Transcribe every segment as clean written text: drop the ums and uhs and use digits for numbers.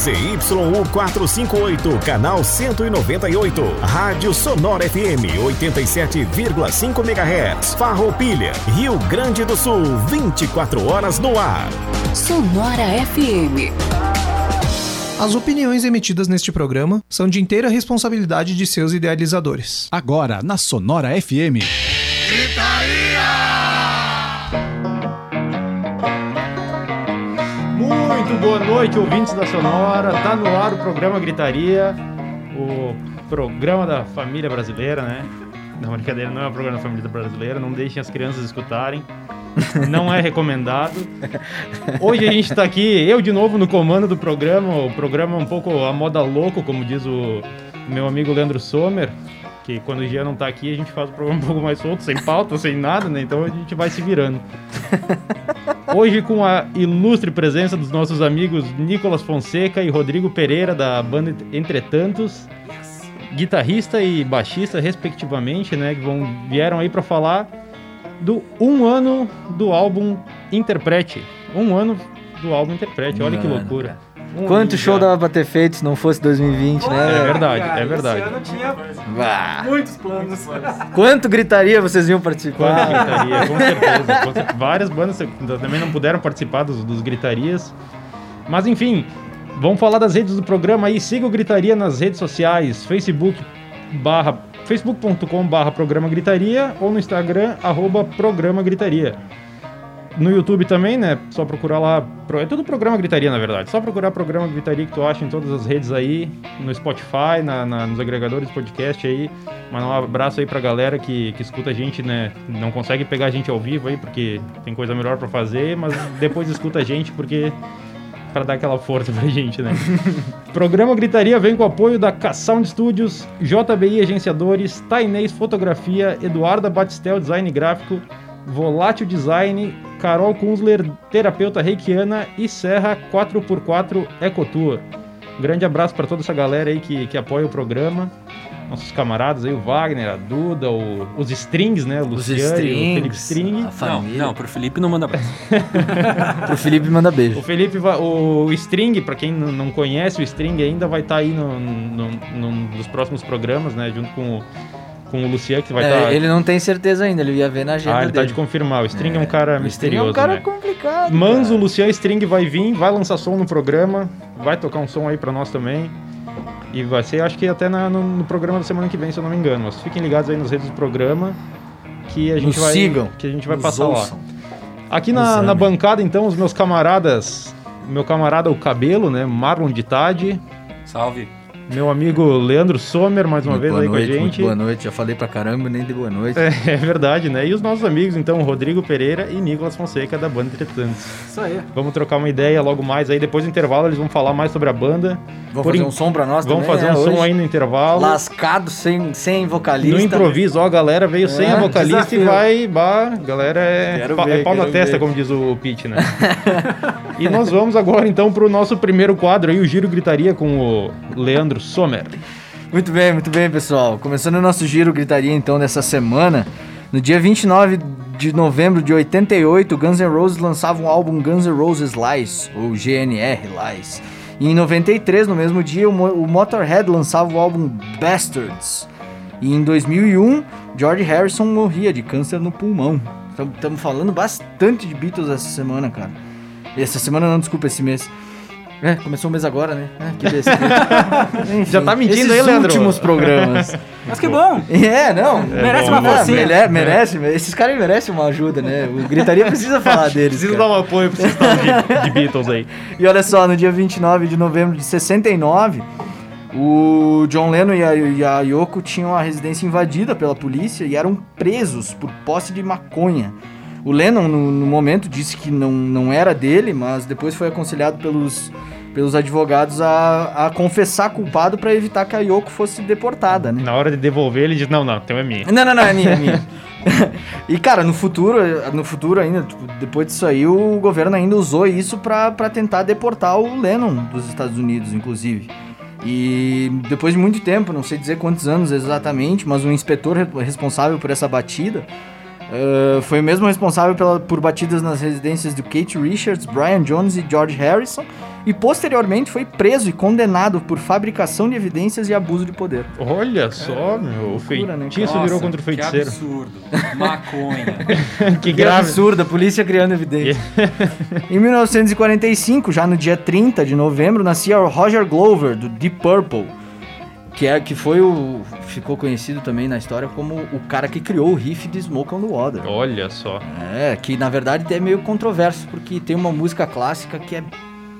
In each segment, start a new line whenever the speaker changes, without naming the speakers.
ZYU 458, canal 198. Rádio Sonora FM 87,5 MHz. Farroupilha, Rio Grande do Sul, 24 horas no ar.
Sonora FM.
As opiniões emitidas neste programa são de inteira responsabilidade de seus idealizadores.
Agora, na Sonora FM.
Gritaria!
Muito boa noite, ouvintes da Sonora. Tá no ar o programa Gritaria, o programa da família brasileira, né? Não, brincadeira, não é o programa da família brasileira. Não deixem as crianças escutarem. Não é recomendado. Hoje a gente tá aqui, eu de novo no comando do programa. O programa é um pouco a moda louco, como diz o meu amigo Leandro Sommer, que quando o Jean não tá aqui a gente faz o programa um pouco mais solto, sem pauta, sem nada, né? Então a gente vai se virando. Hoje com a ilustre presença dos nossos amigos Nicolas Fonseca e Rodrigo Pereira, da banda Entretantos, guitarrista e baixista respectivamente, né? Que vieram aí pra falar do 1 ano do álbum Interprete. 1 ano do álbum Interprete, olha que loucura.
Quanto show dava pra ter feito se não fosse 2020, né?
É verdade, é verdade.
Esse ano tinha muitos planos.
Quanto gritaria vocês iam participar?
Quanto gritaria, com certeza. Várias bandas também não puderam participar dos gritarias. Mas enfim, vamos falar das redes do programa aí. Siga o Gritaria nas redes sociais, facebook.com/programa Gritaria ou no Instagram, @programa Gritaria. No YouTube também, né? Só procurar lá. É tudo Programa Gritaria, na verdade. Só procurar Programa Gritaria que tu acha em todas as redes aí. No Spotify, nos agregadores de podcast aí. Mandar um abraço aí pra galera que escuta a gente, né? Não consegue pegar a gente ao vivo aí, porque tem coisa melhor pra fazer. Mas depois escuta a gente, porque... para dar aquela força pra gente, né? Programa Gritaria vem com o apoio da K-Sound Studios, JBI Agenciadores, Tainês Fotografia, Eduarda Batistel Design Gráfico, Volátil Design, Carol Kunzler, terapeuta reikiana e Serra 4x4 Ecotour. Grande abraço para toda essa galera aí que apoia o programa. Nossos camaradas aí, o Wagner, a Duda, os Strings, né? O Luciano, o Felipe String.
Não, pro Felipe não manda abraço.
Pro Felipe manda beijo.
O String, pra quem não conhece, o String ainda vai estar aí nos próximos programas, né? Junto com o Luciano, que vai estar...
Ele não tem certeza ainda, ele ia ver na agenda
ele
dele.
tá de confirmar. O String é um cara misterioso,
é um cara
né?
complicado.
Mas
cara.
o Luciano String vai vir, vai lançar som no programa, vai tocar um som aí pra nós também. E vai ser, acho que até no programa da semana que vem, se eu não me engano. Mas fiquem ligados aí nas redes do programa que a gente vai passar
ouçam.
lá. Aqui na bancada, então, os meus camaradas. Meu camarada, o Cabelo, né? Marlon de Tade.
Salve.
Meu amigo Leandro Sommer, mais uma vez aí com a gente.
Muito boa noite, já falei pra caramba, nem de boa noite.
É verdade, né? E os nossos amigos, então, Rodrigo Pereira e Nicolas Fonseca, da banda Entretantos.
Isso aí.
Vamos trocar uma ideia logo mais aí, depois do intervalo eles vão falar mais sobre a banda.
Vamos fazer um som pra nós
Vamos
também,
fazer um som
hoje.
aí no intervalo.
Lascado, sem vocalista.
No improviso, ó, a galera veio sem a vocalista
desafio.
e vai... Galera é pau na testa, como diz o Pete, né? E nós vamos agora, então, pro nosso primeiro quadro aí, o Giro Gritaria com o Leandro Sommer.
Muito bem, pessoal. Começando o nosso Giro Gritaria, então, dessa semana. No dia 29 de novembro de 88, Guns N' Roses lançava um álbum Guns N' Roses Lies, ou GNR Lies. E em 93, no mesmo dia, o Motorhead lançava o álbum Bastards. E em 2001, George Harrison morria de câncer no pulmão. Estamos falando bastante de Beatles essa semana, cara. Essa semana não, desculpa, esse mês. Começou o mês agora, né? Que besteira. Enfim,
já tá mentindo aí, Leandro?
Últimos programas.
Mas que bom!
Merece
uma forcinha.
Merece. Esses caras merecem uma ajuda, né? O Gritaria precisa falar deles.
Precisa
cara.
dar um apoio pra esses tal de Beatles aí.
E olha só, no dia 29 de novembro de 69, o John Lennon e a Yoko tinham a residência invadida pela polícia e eram presos por posse de maconha. O Lennon, no momento, disse que não era dele, mas depois foi aconselhado pelos advogados a confessar culpado para evitar que a Yoko fosse deportada, né?
Na hora de devolver, ele diz, não, então é minha.
Não, é minha. E, cara, no futuro ainda, tipo, depois disso aí, o governo ainda usou isso pra tentar deportar o Lennon dos Estados Unidos, inclusive. E depois de muito tempo, não sei dizer quantos anos exatamente, mas o inspetor responsável por essa batida foi o mesmo responsável por batidas nas residências de Kate Richards, Brian Jones e George Harrison, e posteriormente foi preso e condenado por fabricação de evidências e abuso de poder.
Olha só, meu, o
loucura, né,
feitiço
Nossa,
virou contra o feiticeiro.
Que absurdo. Maconha.
Que
Que
grave.
absurdo, a polícia criando evidência. Em 1945, já no dia 30 de novembro, nascia o Roger Glover, do Deep Purple, que ficou conhecido também na história como o cara que criou o riff de Smoke on the Water.
Olha só.
Que na verdade é meio controverso, porque tem uma música clássica que é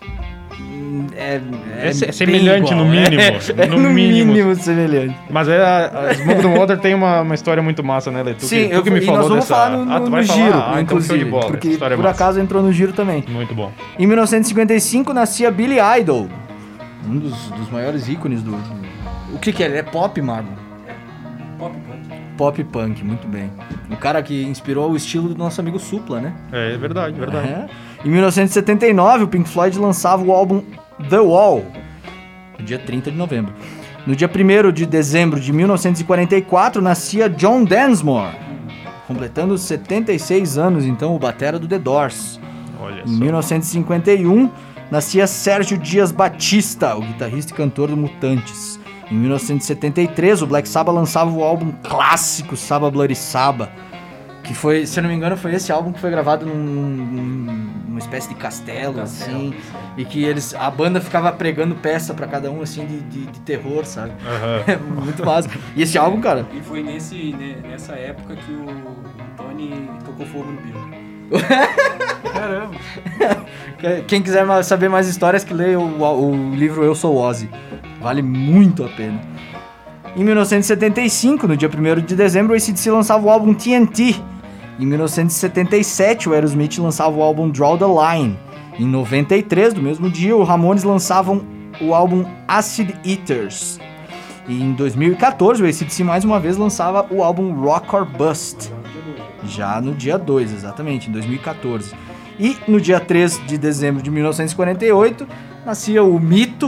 semelhante
bem igual.
no mínimo.
No mínimo semelhante.
Mas a Smoke on the Water tem uma história muito massa, né, Lê?
Sim,
tu que me
e
falou
nós vamos
dessa...
falar no
tu vai falar?
giro,
Então
inclusive,
show de bola.
porque
Essa história é
por
massa.
acaso entrou no giro também.
Muito bom.
Em 1955 nascia Billy Idol, um dos maiores ícones do... O que ele é? Pop, Marlon?
Pop punk.
Pop punk, muito bem. O cara que inspirou o estilo do nosso amigo Supla, né?
É verdade.
Em 1979, o Pink Floyd lançava o álbum The Wall, no dia 30 de novembro. No dia 1º de dezembro de 1944, nascia John Densmore, completando 76 anos, então, o batera do The Doors.
Olha
Em
só.
1951, nascia Sérgio Dias Batista, o guitarrista e cantor do Mutantes. Em 1973, o Black Sabbath lançava o álbum clássico Sabbath Bloody Sabbath, que foi, se eu não me engano, foi esse álbum que foi gravado numa espécie de castelo, assim, e que a banda ficava pregando peça pra cada um, assim, de terror, sabe? É muito massa. E esse álbum, cara...
E foi nessa época que o Tony tocou fogo no Bill.
Caramba.
Quem quiser saber mais histórias, que leia o livro Eu Sou Ozzy. Vale muito a pena. Em 1975, no dia 1º de dezembro, o AC/DC lançava o álbum TNT. Em 1977, o Aerosmith lançava o álbum Draw the Line. Em 93, do mesmo dia, o Ramones lançavam o álbum Acid Eaters. E em 2014, o AC/DC mais uma vez lançava o álbum Rock or Bust. Já no dia 2, exatamente, em 2014. E no dia 3 de dezembro de 1948, nascia o mito,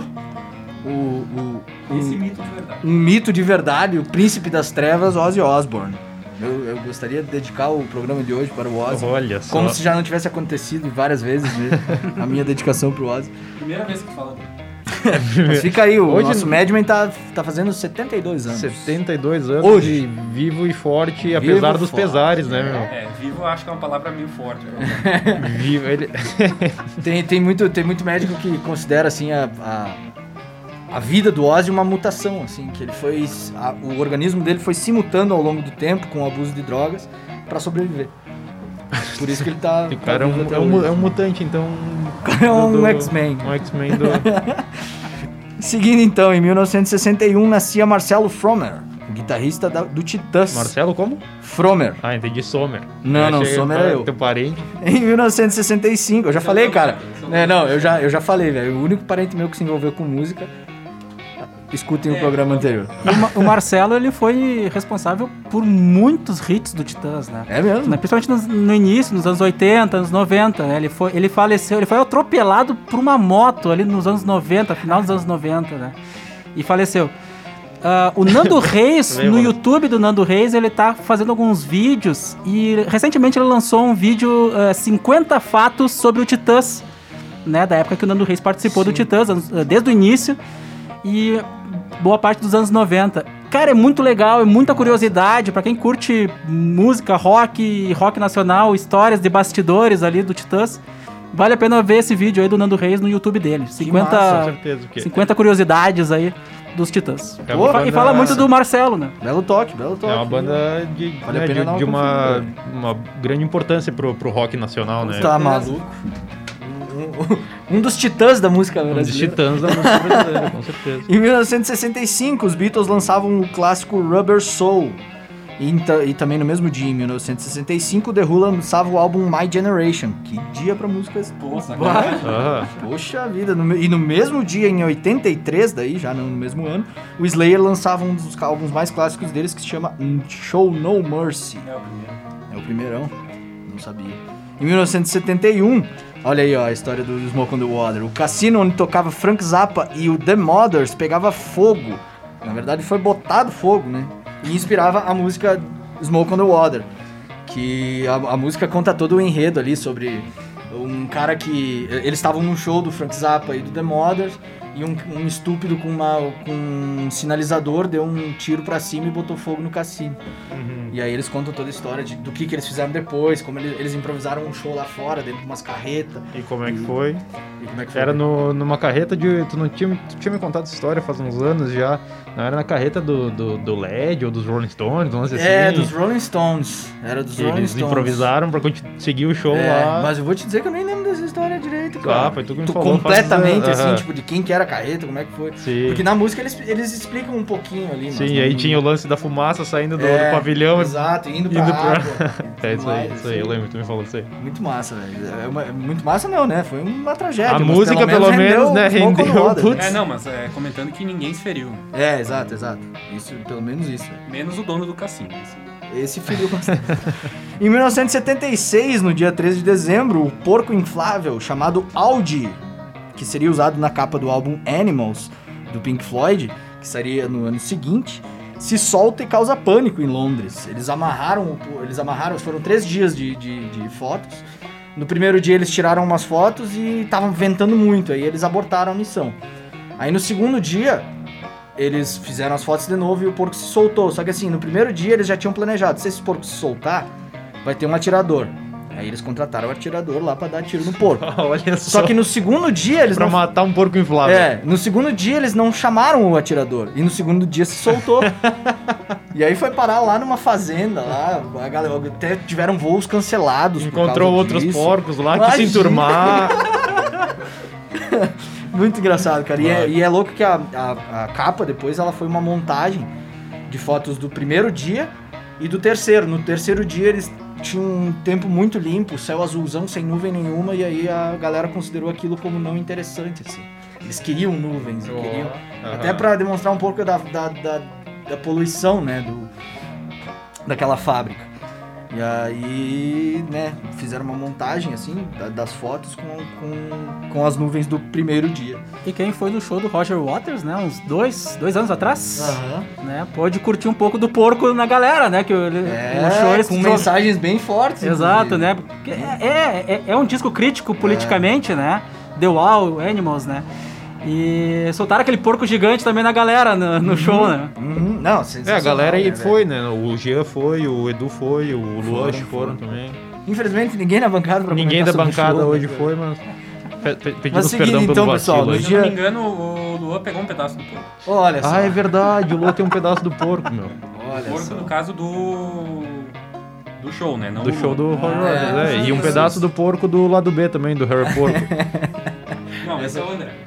Esse mito de verdade.
um mito de verdade, o príncipe das trevas, Ozzy Osbourne. Eu gostaria de dedicar o programa de hoje para o Ozzy.
Olha só.
Como se já não tivesse acontecido várias vezes mesmo, a minha dedicação pro Ozzy.
Primeira vez que fala dele.
Mas fica aí, o
Hoje-
nosso Madman tá fazendo 72 anos.
72 anos
Hoje.
e vivo e forte, apesar dos
forte.
pesares, né, meu?
Vivo eu acho que é uma palavra meio forte. Pra mim.
Vivo, ele...
Tem muito médico que considera assim a vida do Ozzy uma mutação, assim, que ele foi o organismo dele foi se mutando ao longo do tempo com o abuso de drogas pra sobreviver. Por isso que ele tá...
O cara
vivo até
é
hoje.
um mutante, então...
É um X-Men.
Um X-Men do...
Seguindo então, em 1961 nascia Marcelo Fromer, o guitarrista do Titãs.
Marcelo como?
Fromer.
Ah, entendi, Sommer.
Não,
Eu achei
Sommer
que
é
era
eu.
Teu parente.
Em 1965, eu já falei, cara. Eu já falei, velho. O único parente meu que se envolveu com música. Escutem o programa anterior.
O Marcelo, ele foi responsável por muitos hits do Titãs, né?
É mesmo?
Principalmente no início, nos anos 80, anos 90, né? Ele faleceu, ele foi atropelado por uma moto ali nos anos 90, final dos anos 90, né? E faleceu. O Nando Reis, no YouTube do Nando Reis, ele tá fazendo alguns vídeos e recentemente ele lançou um vídeo 50 fatos sobre o Titãs, né? Da época que o Nando Reis participou do Titãs, desde o início e boa parte dos anos 90. Cara, é muito legal, é muita curiosidade pra quem curte música, rock nacional, histórias de bastidores ali do Titãs. Vale a pena ver esse vídeo aí do Nando Reis no YouTube dele.
massa, com certeza, porque-
50 curiosidades aí dos Titãs.
É uma
E
banda-
fala muito do Marcelo, né?
Belo toque, belo toque.
É uma banda
Vale a pena dar uma
de uma
conferida.
grande importância pro rock nacional, né?
Tá maluco. Um dos titãs da música
Um dos
brasileira.
titãs da música brasileira, com certeza.
Em 1965, os Beatles lançavam o clássico Rubber Soul. E também no mesmo dia, em 1965, The Who lançava o álbum My Generation. Que dia pra música esse?
Ah,
Poxa vida. E no mesmo dia, em 83, daí, já no mesmo ano, o Slayer lançava um dos álbuns mais clássicos deles, que se chama Show No Mercy. É o primeirão. Não sabia. Em 1971, olha aí, ó, a história do Smoke on the Water. O cassino onde tocava Frank Zappa e o The Mothers pegava fogo. Na verdade, foi botado fogo, né? E inspirava a música Smoke on the Water. Que a música conta todo o enredo ali sobre um cara que... Eles estavam num show do Frank Zappa e do The Mothers, e um estúpido com um sinalizador deu um tiro pra cima e botou fogo no cassino. E aí eles contam toda a história do que eles fizeram depois, como eles improvisaram um show lá fora, dentro de umas carretas.
E como é que foi?
Era
numa carreta de... Tu tinha me contado essa história faz uns anos já. Não era na carreta do LED ou dos Rolling Stones, não sei assim.
Dos Rolling Stones. Era dos Rolling
eles
Stones.
Improvisaram pra seguir o show lá.
Mas eu vou te dizer que eu nem lembro dessa história direito, cara.
Foi tu que me falou.
Completamente, assim, tipo, de quem que era a carreta, como é que foi.
Sim.
Porque na música eles explicam um pouquinho ali.
Sim, e aí tinha o lance da fumaça saindo do pavilhão.
Exato, indo pra água.
Isso aí, eu lembro, tu me falou isso aí.
Muito massa, velho. Muito massa não, né? Foi uma tragédia.
A música, pelo menos, né, rendeu.
Não, mas comentando que ninguém se feriu.
Exato. Isso, pelo menos isso.
Menos o dono do cassino.
Esse feriu bastante. Em 1976, no dia 13 de dezembro, o porco inflável chamado Audi, que seria usado na capa do álbum Animals, do Pink Floyd, que seria no ano seguinte, se solta e causa pânico em Londres. Eles amarraram, foram 3 dias de fotos. No primeiro dia eles tiraram umas fotos e estavam ventando muito, aí eles abortaram a missão. Aí no segundo dia, eles fizeram as fotos de novo e o porco se soltou. Só que assim, no primeiro dia eles já tinham planejado, se esse porco se soltar, vai ter um atirador. Aí eles contrataram o atirador lá pra dar tiro no porco.
Olha
só que no segundo dia eles
pra matar um porco inflável.
No segundo dia eles não chamaram o atirador. E no segundo dia se soltou. E aí foi parar lá numa fazenda lá. A galera, até tiveram voos cancelados.
Encontrou outros porcos lá que se enturmar.
Muito engraçado, cara. E é louco que a capa depois ela foi uma montagem de fotos do primeiro dia e do terceiro. No terceiro dia eles tinham um tempo muito limpo, céu azulzão, sem nuvem nenhuma, e aí a galera considerou aquilo como não interessante, assim. Eles queriam nuvens, queriam... Até pra demonstrar um pouco da poluição, né, daquela fábrica. E aí, né, fizeram uma montagem, assim, das fotos com as nuvens do primeiro dia.
E quem foi no show do Roger Waters, né, uns dois anos atrás, né, pôde curtir um pouco do porco na galera, né, que no show eles
com mensagens bem fortes.
Exato, né, porque é um disco crítico politicamente, né, The Wall, Animals, né. E soltaram aquele porco gigante também na galera no show, né?
Não,
a galera aí foi, né? O Jean foi, o Edu foi, o Luan foram também.
Infelizmente, ninguém na bancada pra
Ninguém da bancada
show,
hoje foi, mas pedimos
seguindo,
perdão pelo
então,
vacilo.
pessoal,
Se não me engano, o Luan pegou um pedaço do porco.
Olha só.
É verdade, o Luan tem um pedaço do porco, meu.
Olha o porco, no caso do show, né? Não
do show do Roger Waters, E um pedaço do porco do lado B também, do Harry Porco.
Não, esse é o André.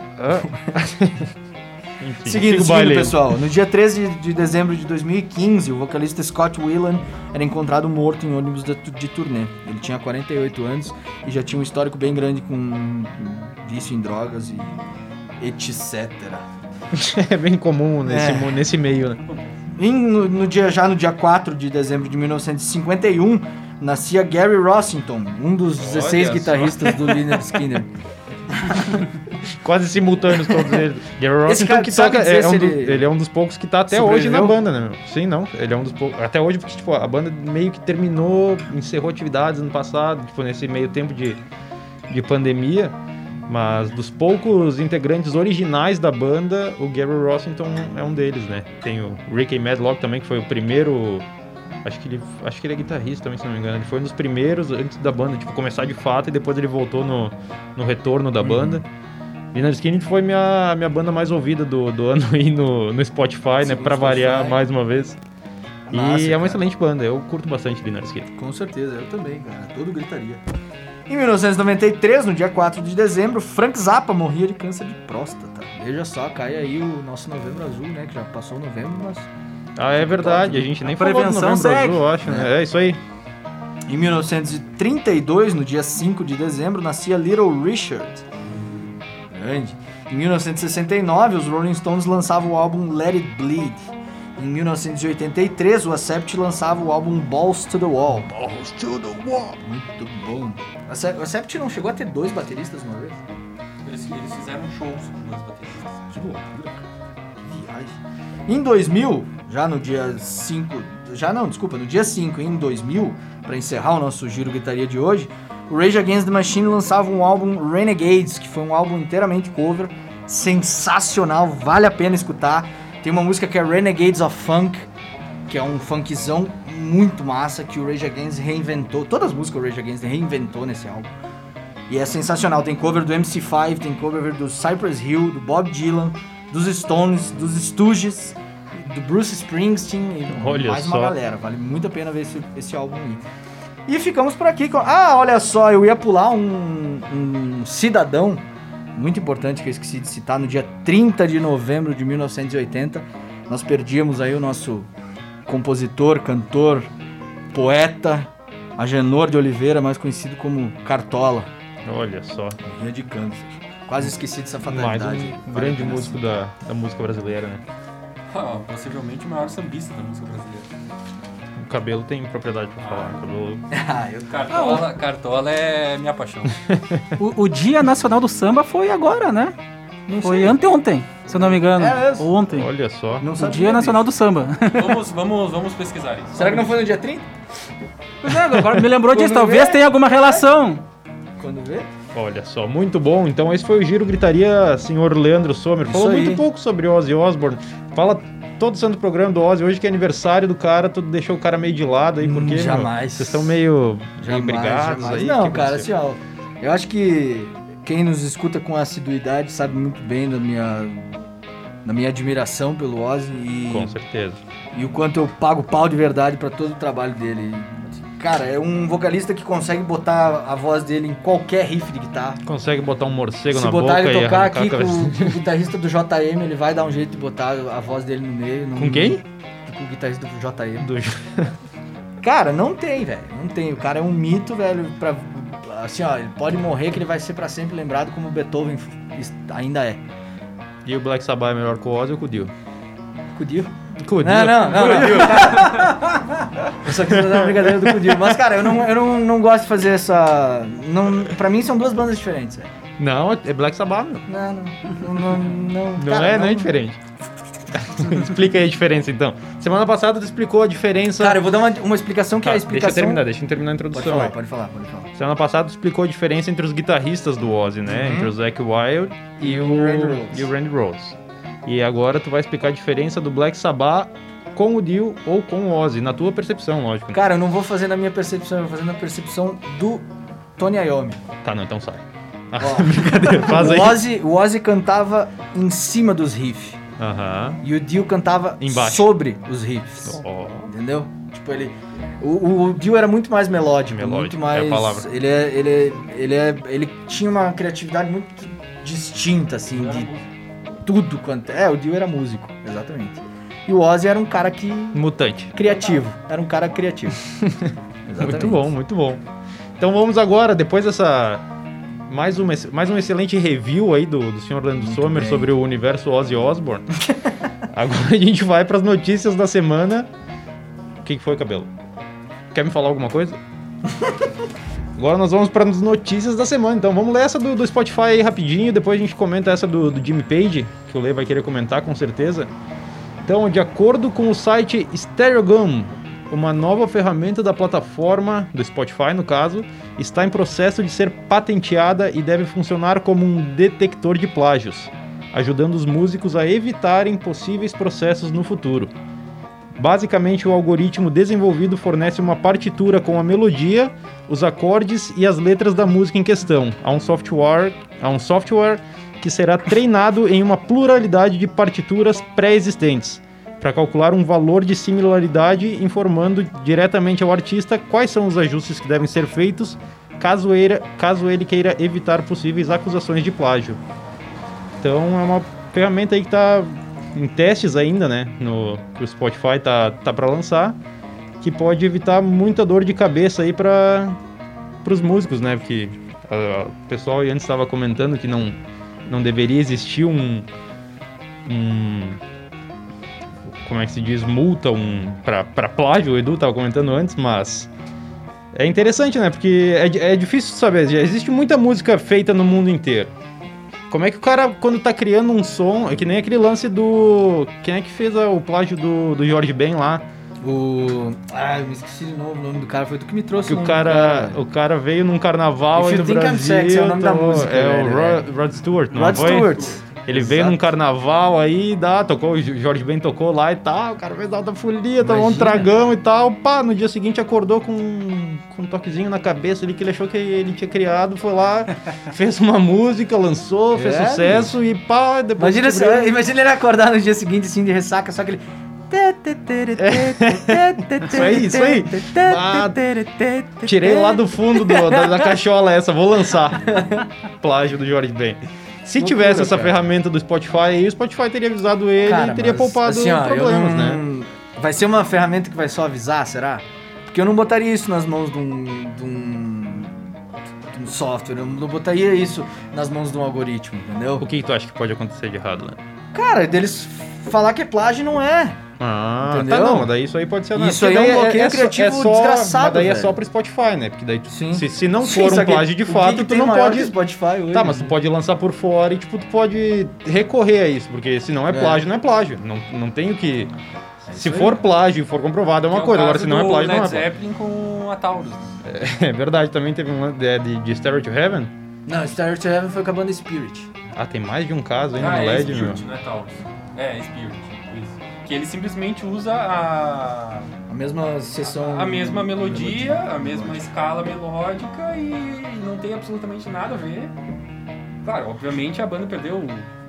Enfim, seguindo, pessoal, no dia 13 de dezembro de 2015, o vocalista Scott Weiland era encontrado morto em ônibus de turnê. Ele tinha 48 anos e já tinha um histórico bem grande com vício em drogas e etc.
É bem comum nesse meio, né?
No dia 4 de dezembro de 1951, nascia Gary Rossington, um dos 16 guitarristas do Lynyrd Skynyrd.
Quase simultâneos todos eles. Gary Rossington que toca, ele é um dos poucos que tá até hoje na banda, né, meu? Sim, não, ele é um dos poucos, até hoje, porque, tipo, a banda meio que encerrou atividades no passado, tipo, nesse meio tempo de pandemia, mas dos poucos integrantes originais da banda, o Gary Rossington é um deles, né? Tem o Ricky Medlock também, que foi o primeiro... Acho que ele é guitarrista também, se não me engano. Ele foi um dos primeiros antes da banda, tipo, começar de fato, e depois ele voltou no retorno da banda. Lynyrd Skynyrd foi minha banda mais ouvida do ano aí no Spotify, né? Pra variar mais uma vez.
Massa,
e é uma excelente banda, eu curto bastante Lynyrd Skynyrd.
Com certeza, eu também, cara. Todo gritaria. Em 1993, no dia 4 de dezembro, Frank Zappa morria de câncer de próstata. Veja só, cai aí o nosso Novembro Azul, né? Que já passou o novembro, mas...
é verdade, a gente nem falou do Novembro Azul, eu acho, né? É isso aí.
Em 1932, no dia 5 de dezembro, nascia Little Richard. Grande. Em 1969, os Rolling Stones lançavam o álbum Let It Bleed. Em 1983, o Accept lançava o álbum Balls to the Wall.
Balls to the Wall.
Muito bom. O Accept não chegou a ter 2 bateristas uma vez?
Eles fizeram shows com 2 bateristas.
Que loucura, cara. Viagem. Em 2000, no dia 5, em 2000, para encerrar o nosso Giro Gritaria de hoje, o Rage Against the Machine lançava um álbum Renegades, que foi um álbum inteiramente cover, sensacional, vale a pena escutar. Tem uma música que é Renegades of Funk, que é um funkzão muito massa, que o Rage Against reinventou. Todas as músicas o Rage Against reinventou nesse álbum. E é sensacional, tem cover do MC5, tem cover do Cypress Hill, do Bob Dylan, dos Stones, dos Stooges, do Bruce Springsteen e mais uma galera. Vale muito a pena ver esse álbum aí. E ficamos por aqui com... Ah, olha só, eu ia pular um cidadão muito importante que eu esqueci de citar. No dia 30 de novembro de 1980, nós perdíamos aí o nosso compositor, cantor, poeta, Agenor de Oliveira, mais conhecido como Cartola.
Olha só.
Morria de câncer. Quase esqueci dessa fatalidade.
Mais um grande músico da música brasileira, né?
Possivelmente o maior sambista da música brasileira.
O Cabelo tem propriedade pra falar.
Cartola é minha paixão.
O Dia Nacional do Samba foi agora, né? Foi anteontem, se eu não me engano.
É mesmo?
Ontem.
Olha só.
Não
O
sabia
Dia Nacional do Samba.
Vamos pesquisar isso.
Será que não foi no dia 30?
Pois é, agora me lembrou disso.
Quando
Talvez
vê-
tenha alguma relação.
Quando vê?
Olha só, muito bom. Então esse foi o Giro Gritaria, senhor Leandro Sommer.
Isso
Falou
aí.
muito pouco sobre Ozzy Osbourne. Fala todo santo programa do Ozzy. Hoje que é aniversário do cara, tu deixou o cara meio de lado aí, porque meu,
jamais.
vocês estão meio brigados
jamais.
aí.
Não,
que
cara,
aconteceu?
assim, ó, eu acho que quem nos escuta com assiduidade sabe muito bem da minha admiração pelo Ozzy
Com certeza.
e o quanto eu pago pau de verdade pra todo o trabalho dele. Cara, é um vocalista que consegue botar a voz dele em qualquer riff de guitarra.
Consegue botar um morcego
Se
na
botar
boca
ele
e
tocar
arrancar
aqui
a
com
cabeça.
o guitarrista do JM, ele vai dar um jeito de botar a voz dele no meio.
Com quem?
Com o guitarrista do JM.
Do...
Cara, não tem, velho. Não tem. O cara é um mito, velho. Assim, ó, ele pode morrer que ele vai ser pra sempre lembrado como Beethoven ainda é.
E o Black Sabbath é melhor com o Ozzy ou com o Dio?
Com o Dio?
Com o Dio.
Não. Eu só quis fazer uma brincadeira do Dio. Mas, cara, eu não gosto de fazer essa... Não, pra mim são duas bandas diferentes, velho.
Não, é Black Sabbath, meu.
Não,
Não,
cara,
não é diferente. Explica aí a diferença, então. Semana passada tu explicou a diferença...
Cara, eu vou dar uma explicação que
Tá,
é a explicação...
deixa eu terminar a introdução.
Pode falar.
Semana passada tu explicou a diferença entre os guitarristas do Ozzy, né? Entre o Zakk Wylde e o Randy Rhoads. E agora tu vai explicar a diferença do Black Sabbath com o Dio ou com o Ozzy, na tua percepção, lógico.
Cara, eu não vou fazer na minha percepção, eu vou fazer na percepção do Tony Iommi.
Tá, não, então sai.
Ó,
Brincadeira, faz aí.
o Ozzy cantava em cima dos riffs.
Aham.
E o Dio cantava
Embaixo.
sobre os riffs.
Ó.
Entendeu? Tipo, ele... O Dio era muito mais melódico. Muito
Melódico,
mais...
é a palavra.
Ele tinha uma criatividade muito distinta, assim, de tudo quanto... o Dio era músico, exatamente. E o Ozzy era um cara que...
Mutante.
Criativo. Era um cara criativo. Exatamente.
Muito bom. Então vamos agora, depois dessa... Mais um excelente review aí do Sr. Leandro Sommer
bem.
sobre o universo Ozzy Osbourne. Agora a gente vai para as notícias da semana. O que foi, Cabelo? Quer me falar alguma coisa? Agora nós vamos para as notícias da semana. Então vamos ler essa do Spotify aí rapidinho. Depois a gente comenta essa do Jimmy Page, que o Lê vai querer comentar com certeza. Então, de acordo com o site Stereogum, uma nova ferramenta da plataforma, do Spotify no caso, está em processo de ser patenteada e deve funcionar como um detector de plágios, ajudando os músicos a evitarem possíveis processos no futuro. Basicamente, o algoritmo desenvolvido fornece uma partitura com a melodia, os acordes e as letras da música em questão, a um software que será treinado em uma pluralidade de partituras pré-existentes, para calcular um valor de similaridade, informando diretamente ao artista quais são os ajustes que devem ser feitos, caso ele queira evitar possíveis acusações de plágio. Então é uma ferramenta aí que está em testes ainda, né, que o Spotify tá para lançar, que pode evitar muita dor de cabeça aí para os músicos, né, porque o pessoal antes estava comentando que não deveria existir como é que se diz, multa para plágio, o Edu estava comentando antes, mas é interessante, né, porque é difícil saber, já existe muita música feita no mundo inteiro. Como é que o cara, quando tá criando um som, é que nem aquele lance do... Quem é que fez o plágio do George Ben lá?
Eu me esqueci de novo o nome do cara, foi tu que me trouxe
Que o cara veio num carnaval
If
aí
You
no
Think I'm
Brasil.
Sexy é o nome da música,
É o
velho,
Rod Stewart, não
Rod
foi?
Stewart.
Ele veio num carnaval aí, tocou, o Jorge Ben tocou lá e tal, o cara veio da folia, tomou um tragão e tal, pá, no dia seguinte acordou com um toquezinho na cabeça ali que ele achou que ele tinha criado, foi lá, fez uma música, lançou, fez sucesso e pá, depois...
Imagina ele acordar no dia seguinte assim de ressaca, só aquele...
Isso aí. Tirei lá do fundo da cachola essa, vou lançar. Plágio do Jorge Ben. Se tivesse essa ferramenta do Spotify aí, o Spotify teria avisado ele e teria poupado
assim,
problemas, né?
Vai ser uma ferramenta que vai só avisar, será? Porque eu não botaria isso nas mãos de um software, eu não botaria isso nas mãos de um algoritmo, entendeu?
O que tu acha que pode acontecer de errado, né?
Cara, deles falar que é plágio não é. Entendeu?
Tá, não, mas daí isso aí pode ser...
Isso aí é um bloqueio criativo desgraçado,
mas daí
velho.
É só pro Spotify, né? Porque daí,
Sim.
se não for um plágio de fato, tu não pode...
Spotify hoje,
tá, mas tu pode lançar por fora e, tipo, tu pode recorrer a isso, porque se não é plágio, não é plágio. Não tem o que... Se for plágio e for comprovado, é uma coisa. Agora, se não é plágio, não é
Led
plágio.
Zeppelin com a Taurus.
É verdade, também teve um lance de Stairway to Heaven.
Não, Stairway to Heaven foi com a banda Spirit.
Tem mais de um caso ainda no
é
LED,
Spirit,
meu.
não é Taurus. É Spirit, isso. Que ele simplesmente usa a
mesma sessão...
A mesma melodia, a mesma escala melódica e não tem absolutamente nada a ver. Claro, obviamente a banda perdeu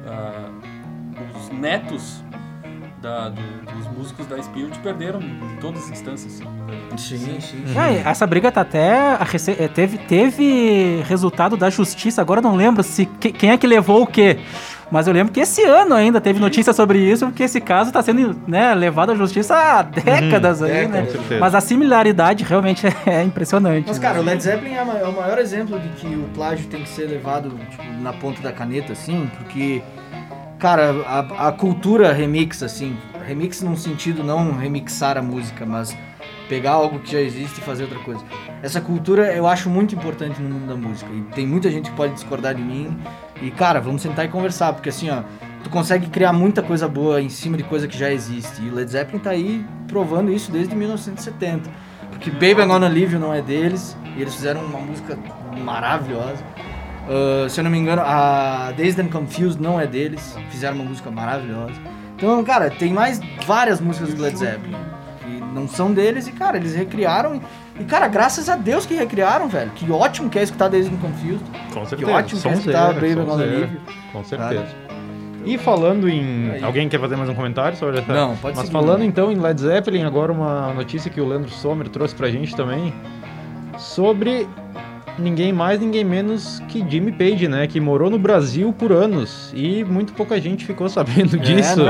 os netos dos músicos da Spirit, perderam em todas as instâncias.
Sim.
Essa briga tá até... Teve resultado da justiça, agora eu não lembro quem é que levou o quê. Mas eu lembro que esse ano ainda teve notícia sobre isso, porque esse caso está sendo, né, levado à justiça há décadas aí, né? Mas a similaridade realmente é impressionante.
Mas, cara, o Led Zeppelin é o maior exemplo de que o plágio tem que ser levado tipo, na ponta da caneta, assim, porque, cara, a cultura remix, assim, remix num sentido não remixar a música, mas pegar algo que já existe e fazer outra coisa. Essa cultura eu acho muito importante no mundo da música, e tem muita gente que pode discordar de mim. E, cara, vamos sentar e conversar, porque assim, ó, tu consegue criar muita coisa boa em cima de coisa que já existe. E o Led Zeppelin tá aí provando isso desde 1970. Porque Baby I'm Gonna Leave You não é deles, e eles fizeram uma música maravilhosa. Se eu não me engano, a Dazed and Confused não é deles, fizeram uma música maravilhosa. Então, cara, tem mais várias músicas do Led Zeppelin que não são deles e, cara, eles recriaram. E, cara, graças a Deus que recriaram, velho. Que ótimo que é escutar Dazed and Confused.
Com certeza.
Que ótimo que é escutar Baby I'm Gonna Leave You.
Com certeza. E falando em... Aí. Alguém quer fazer mais um comentário sobre essa?
Não, pode ser.
Mas falando então em Led Zeppelin, agora uma notícia que o Leandro Sommer trouxe pra gente também, sobre ninguém mais, ninguém menos que Jimmy Page, né? Que morou no Brasil por anos e muito pouca gente ficou sabendo disso.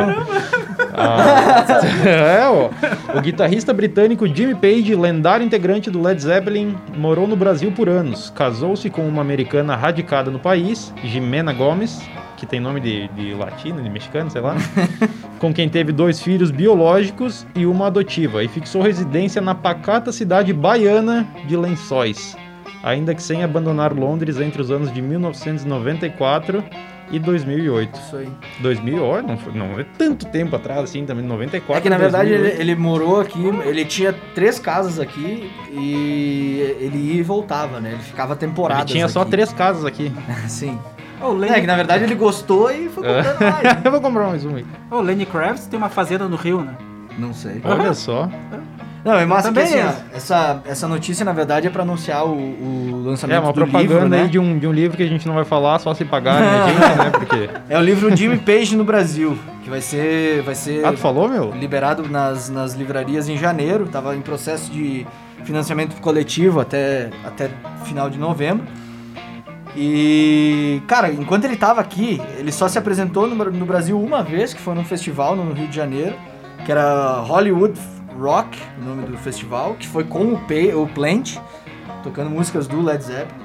O guitarrista britânico Jimmy Page, lendário integrante do Led Zeppelin, morou no Brasil por anos. Casou-se com uma americana radicada no país, Jimena Gomes, que tem nome de latino, de mexicano, sei lá, com quem teve 2 filhos biológicos e uma adotiva, e fixou residência na pacata cidade baiana de Lençóis, ainda que sem abandonar Londres entre os anos de 1994 e 2008.
Isso aí.
2000, olha, não é tanto tempo atrás assim, também 94.
É que na verdade ele morou aqui, ele tinha 3 casas aqui e ele ia e voltava, né? Ele ficava temporadas aqui.
Ele tinha só 3 casas aqui.
Sim. É que na verdade ele gostou e foi comprando mais.
Eu vou comprar mais um aí.
O Lenny Kravitz tem uma fazenda no Rio, né?
Não sei.
Olha só.
Não, é massa que
também
assim, essa notícia na verdade é pra anunciar o lançamento do livro,
uma propaganda
né?
aí de um livro que a gente não vai falar, só se pagarem a gente, né? Porque...
É o livro Jimmy Page no Brasil, que vai ser
tu falou, meu?
Liberado nas livrarias em janeiro, tava em processo de financiamento coletivo até final de novembro. E, cara, enquanto ele tava aqui, ele só se apresentou no Brasil uma vez, que foi num festival no Rio de Janeiro, que era Hollywood Rock, o nome do festival, que foi com o Plant, tocando músicas do Led Zeppelin.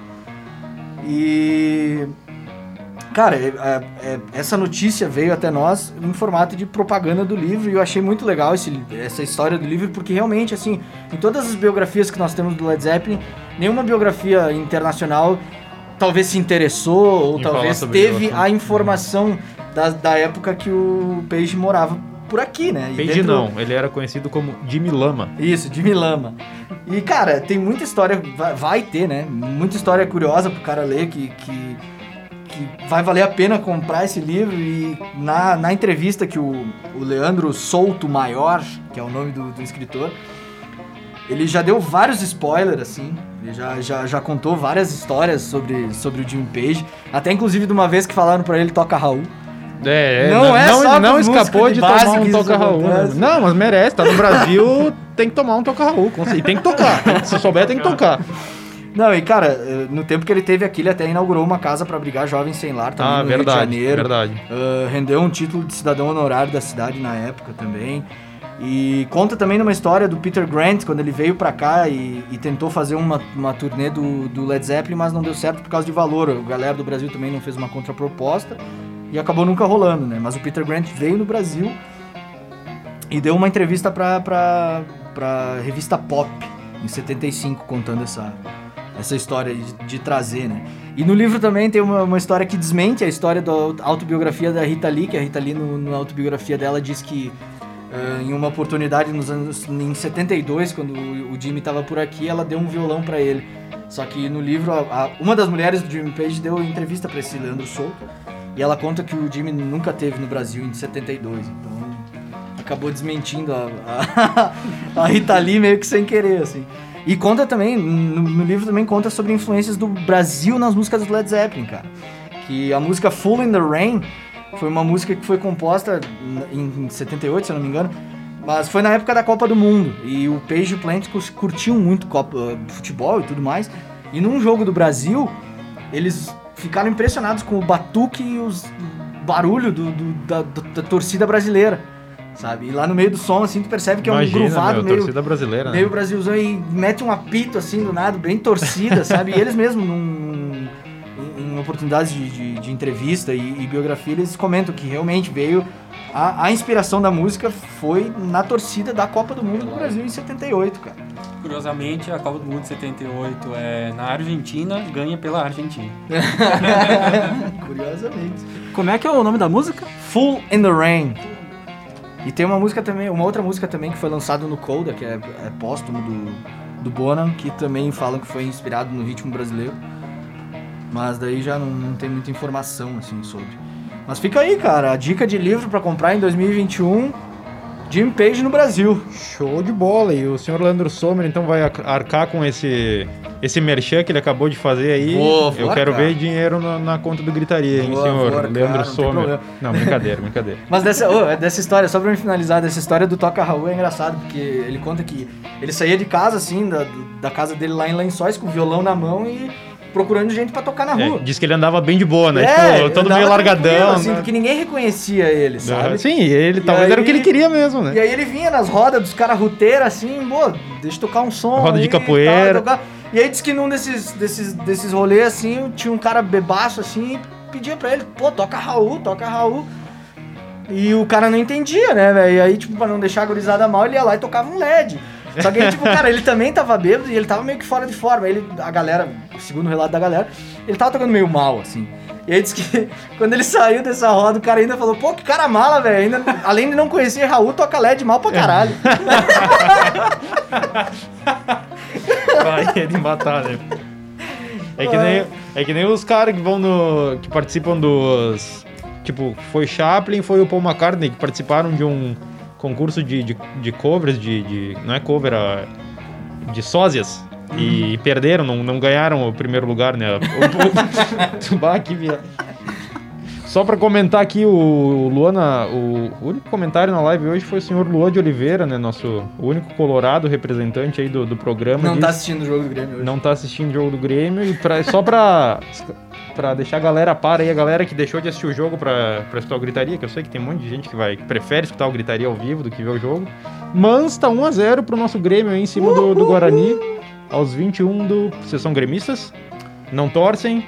E, cara, essa notícia veio até nós em formato de propaganda do livro, e eu achei muito legal essa história do livro, porque realmente, assim, em todas as biografias que nós temos do Led Zeppelin, nenhuma biografia internacional talvez se interessou, ou talvez teve a informação da época que o Page morava por aqui, né? E
Page não, ele era conhecido como Jimmy Lama.
Isso, Jimmy Lama. E, cara, tem muita história, vai ter, né? Muita história curiosa pro cara ler, que vai valer a pena comprar esse livro. E na entrevista que o Leandro Souto Maior, que é o nome do escritor, ele já deu vários spoilers, assim. Ele já contou várias histórias sobre o Jimmy Page. Até, inclusive, de uma vez que falaram pra ele, toca Raul.
Não escapou de tomar um Toca Raul, né? Não, mas merece, tá no Brasil, tem que tomar um Toca Raul, e tem que tocar, se souber tem que tocar.
Não, e cara, no tempo que ele teve aqui, ele até inaugurou uma casa pra abrigar jovens sem lar também no Rio de Janeiro.
Verdade.
Rendeu um título de cidadão honorário da cidade na época também. E conta também numa história do Peter Grant, quando ele veio pra cá e tentou fazer uma turnê do Led Zeppelin, mas não deu certo por causa de valor. A galera do Brasil também não fez uma contraproposta e acabou nunca rolando, né? Mas o Peter Grant veio no Brasil e deu uma entrevista pra revista Pop, em 75, contando essa história de trazer, né? E no livro também tem uma história que desmente a história da autobiografia da Rita Lee, que a Rita Lee, na autobiografia dela, diz que em uma oportunidade em 72, quando o Jimmy estava por aqui, ela deu um violão para ele. Só que no livro, uma das mulheres do Jimmy Page deu entrevista para esse Leandro Souto, e ela conta que o Jimmy nunca teve no Brasil em 72, então acabou desmentindo a Rita Lee meio que sem querer, assim. E conta também, no livro também conta sobre influências do Brasil nas músicas do Led Zeppelin, cara. Que a música Fool in the Rain foi uma música que foi composta em 78, se eu não me engano, mas foi na época da Copa do Mundo. E o Page e o Plant curtiam muito futebol e tudo mais. E num jogo do Brasil, eles ficaram impressionados com o batuque e os barulho da torcida brasileira, sabe? E lá no meio do som, assim, tu percebe que é um gruvado meio...
torcida brasileira,
meio
né?
Brasilzão, e mete um apito, assim, do nada, bem torcida, sabe? E eles mesmos, em oportunidades de entrevista e biografia, eles comentam que realmente veio... A inspiração da música foi na torcida da Copa do Mundo do Brasil em 78, cara.
Curiosamente, a Copa do Mundo de 78 é na Argentina, ganha pela Argentina.
Curiosamente.
Como é que é o nome da música?
Fool in the Rain. E tem uma música também, uma outra música também que foi lançada no Coda, que é póstumo do Bonham, que também falam que foi inspirado no ritmo brasileiro. Mas daí já não tem muita informação, assim, sobre. Mas fica aí, cara, a dica de livro pra comprar em 2021, Jimmy Page no Brasil.
Show de bola. E o senhor Leandro Sommer, então, vai arcar com esse merchan que ele acabou de fazer aí. Eu quero ver dinheiro na conta do Gritaria, hein, senhor Leandro Sommer. Não, brincadeira.
Mas dessa história, só pra me finalizar, dessa história do Toca Raul é engraçado, porque ele conta que ele saía de casa, assim, da casa dele lá em Lençóis, com o violão na mão e procurando gente pra tocar na rua.
Diz que ele andava bem de boa, né? Tipo, todo meio largadão.
Assim, né? Porque ninguém reconhecia ele, sabe?
Sim, ele talvez era o que ele queria mesmo, né?
E aí ele vinha nas rodas dos caras ruteiros, assim, deixa eu tocar um som.
Roda de capoeira.
E aí diz que num desses rolês, assim, tinha um cara bebaço, assim, e pedia pra ele, toca Raul. E o cara não entendia, né, velho? E aí, tipo, pra não deixar a gurizada mal, ele ia lá e tocava um LED. Só que aí, tipo, cara, ele também tava bêbado e ele tava meio que fora de forma. Aí a galera, segundo o relato da galera, ele tava tocando meio mal, assim. E aí diz que quando ele saiu dessa roda, o cara ainda falou, que cara mala, velho. Além de não conhecer Raul, toca LED mal pra caralho.
Vai de matar, né? É que nem os caras que participam dos... Tipo, foi Chaplin, foi o Paul McCartney, que participaram de um concurso de covers, não é cover, de sósias, e perderam, não ganharam o primeiro lugar, né? Só pra comentar aqui, o Luana, o único comentário na live hoje foi o senhor Luan de Oliveira, né? O único colorado representante aí do programa.
Não tá assistindo o jogo do Grêmio hoje.
Não tá assistindo o jogo do Grêmio, e só pra deixar a galera a galera que deixou de assistir o jogo pra escutar o Gritaria, que eu sei que tem um monte de gente que prefere escutar o Gritaria ao vivo do que ver o jogo. Mas tá 1-0 pro nosso Grêmio aí em cima do Guarani, aos 21 Vocês são gremistas? Não torcem?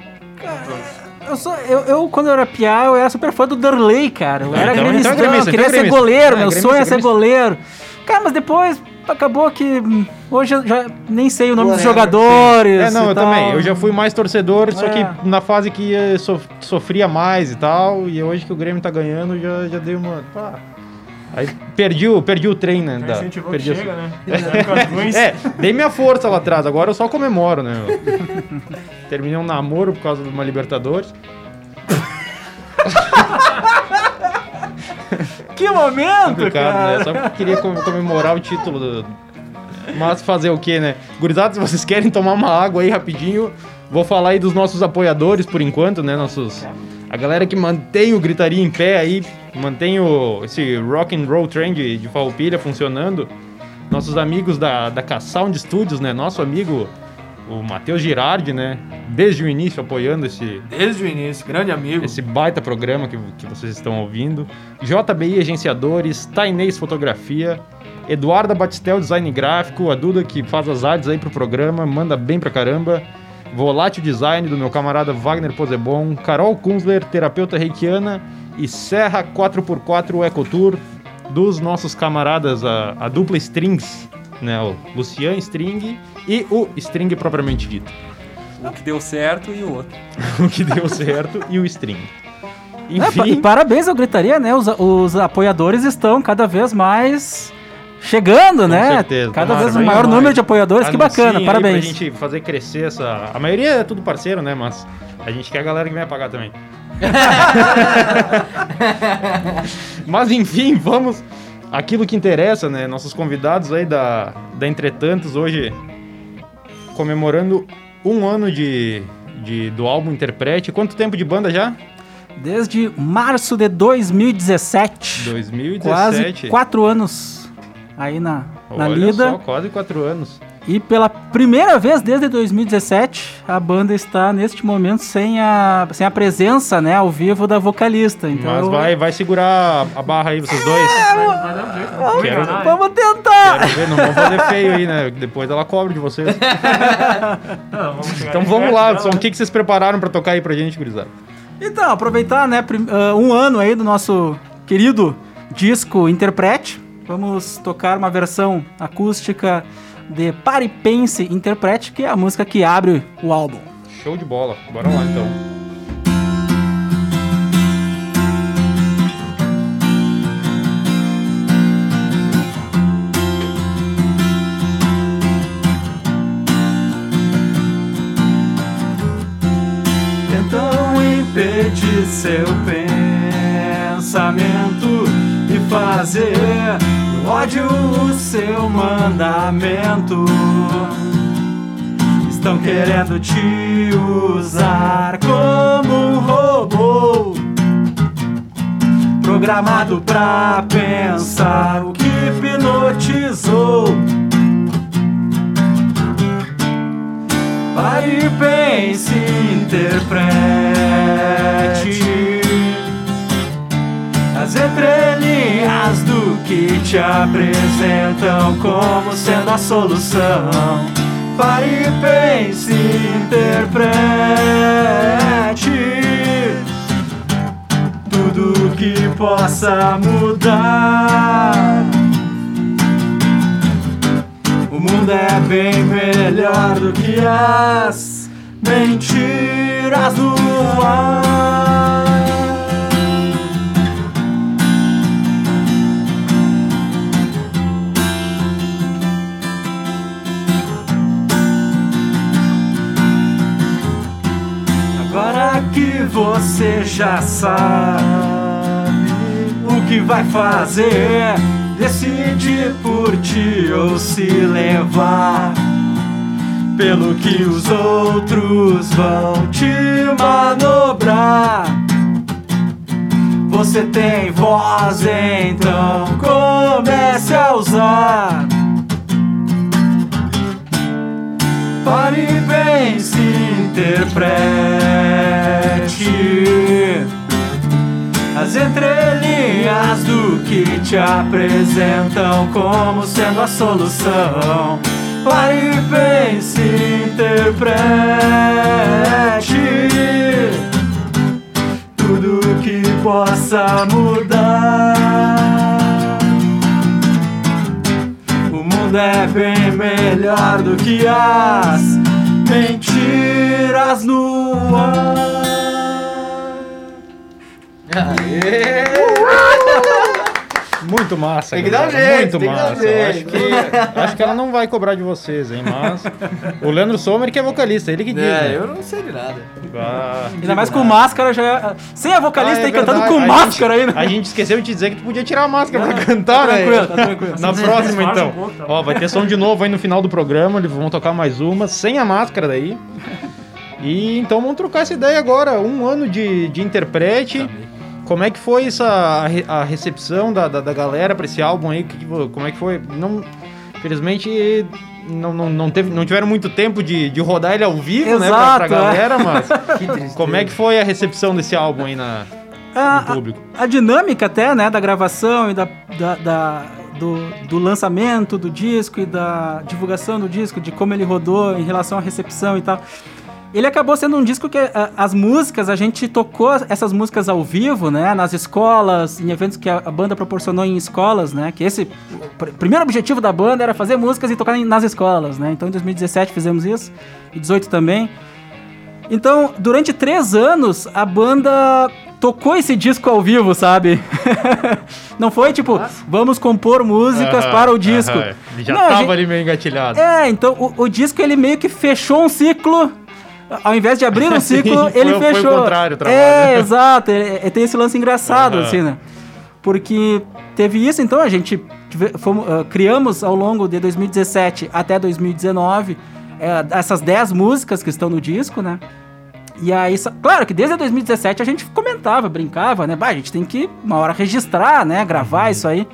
Eu, quando eu era piá, eu era super fã do Darley, cara. Eu era gremista,
gremista,
queria ser goleiro, meu sonho é ser goleiro. Cara, mas depois acabou que hoje eu já nem sei o nome dos jogadores.
Eu também. Eu já fui mais torcedor, só que na fase que sofria mais e tal. E hoje que o Grêmio tá ganhando, já dei uma... Aí perdi o trem, né?
Incentivou
Perdi
que chega, né? Com as ruins.
dei minha força lá atrás, agora eu só comemoro, né? Terminei um namoro por causa de uma Libertadores.
Que momento,
Complicado,
cara!
né? Só porque queria comemorar o título. Mas fazer o quê, né? Gurizada, se vocês querem tomar uma água aí rapidinho, vou falar aí dos nossos apoiadores por enquanto, né? A galera que mantém o Gritaria em pé aí, mantém esse rock and roll trend de Farroupilha funcionando. Nossos amigos da K-Sound Studios, né? Nosso amigo, o Matheus Girardi, né? Desde o início apoiando
Desde o início, grande amigo.
esse baita programa que vocês estão ouvindo. JBI Agenciadores, Tainês Fotografia, Eduarda Batistel Design Gráfico, a Duda que faz as artes aí pro programa, manda bem pra caramba. Volátil Design do meu camarada Wagner Posebon, Carol Kunzler, terapeuta reikiana, e Serra 4x4 Ecotour dos nossos camaradas, a dupla Strings, né? O Lucian String e o String propriamente dito.
O que deu certo e o outro.
O que deu certo e o String.
E
Enfim,
parabéns ao Gritaria, né? Os apoiadores estão cada vez mais chegando,
com
né?
certeza.
Cada vez
Tomara,
um maior
vai.
número de apoiadores, que bacana,
Anunciem aí
parabéns.
pra gente fazer crescer essa... A maioria é tudo parceiro, né? Mas a gente quer a galera que venha pagar também. Mas enfim, vamos... Aquilo que interessa, né? Nossos convidados aí da Entretantos hoje comemorando 1 ano do álbum Interprete. Quanto tempo de banda já?
Desde março de 2017.
2017.
Quase 4 anos aí na
Olha
lida.
só, quase 4 anos.
E pela primeira vez desde 2017, a banda está neste momento sem a presença, né, ao vivo da vocalista. Então,
Mas vai segurar a barra aí, vocês dois.
Vai dar um jeito.
Quero-
Vamos tentar!
Quero ver, não vão fazer feio aí, né? Depois ela cobra de vocês. Então vamos lá, só o que vocês prepararam pra tocar aí pra gente, gurizada?
Então, aproveitar, né, 1 ano aí do nosso querido disco Interprete. Vamos tocar uma versão acústica de Pare, Pense, Interprete, que é a música que abre o álbum.
Show de bola, bora lá então.
Tentam impedir seu pensamento e fazer do ódio o seu mandamento. Estão querendo te usar como um robô, programado pra pensar o que hipnotizou. Pare e pense, interprete as entrelinhas do que te apresentam como sendo a solução. Pare e pense, interprete tudo que possa mudar. O mundo é bem melhor do que as mentiras do ar. Agora que você já sabe o que vai fazer, decide por ti ou se levar pelo que os outros vão te manobrar. Você tem voz, então comece a usar. Pare e pense, interprete as entrelinhas do que te apresentam como sendo a solução. Pare e pense, interprete tudo que possa mudar. O mundo é bem melhor do que as mentiras no ar.
Muito massa.
Tem que dar um
galera,
jeito,
muito
tem que dar um
massa.
jeito.
Acho que ela não vai cobrar de vocês, hein? Mas o Leandro Sommer que é vocalista, ele que diz, né?
Eu não sei de nada.
Ainda mais com máscara já. Sem a vocalista aí cantando
verdade.
com máscara aí, né?
A gente esqueceu de te dizer que tu podia tirar a máscara pra cantar, né?
Tá tranquilo.
Na próxima, então.
um pouco, tá?
Ó, vai ter som de novo aí no final do programa. Eles vão tocar mais uma, sem a máscara daí. E então vamos trocar essa ideia agora. 1 ano de Interprete. Como é que foi a recepção da galera pra esse álbum aí? Como é que foi? Não, infelizmente não tiveram muito tempo de rodar ele ao vivo, né? Pra galera, mas como é que foi a recepção desse álbum aí no público?
A dinâmica até, né, da gravação e do lançamento do disco e da divulgação do disco, de como ele rodou em relação à recepção e tal. Ele acabou sendo um disco que as músicas, a gente tocou essas músicas ao vivo, né, nas escolas, em eventos que a banda proporcionou em escolas, né, que o primeiro objetivo da banda era fazer músicas e tocar nas escolas, né, então em 2017 fizemos isso, e 2018 também. Então, durante 3 anos, a banda tocou esse disco ao vivo, sabe? Não foi tipo, vamos compor músicas para o disco.
Já tava ali meio engatilhado.
Então o disco ele meio que fechou um ciclo. Ao invés de abrir um ciclo, ele fechou.
Foi o contrário, o trabalho.
Exato. Tem esse lance engraçado, assim, né? Porque teve isso, então a gente criamos ao longo de 2017 até 2019 essas 10 músicas que estão no disco, né? E aí, claro que desde 2017 a gente comentava, brincava, né? A gente tem que uma hora registrar, né? Gravar isso aí.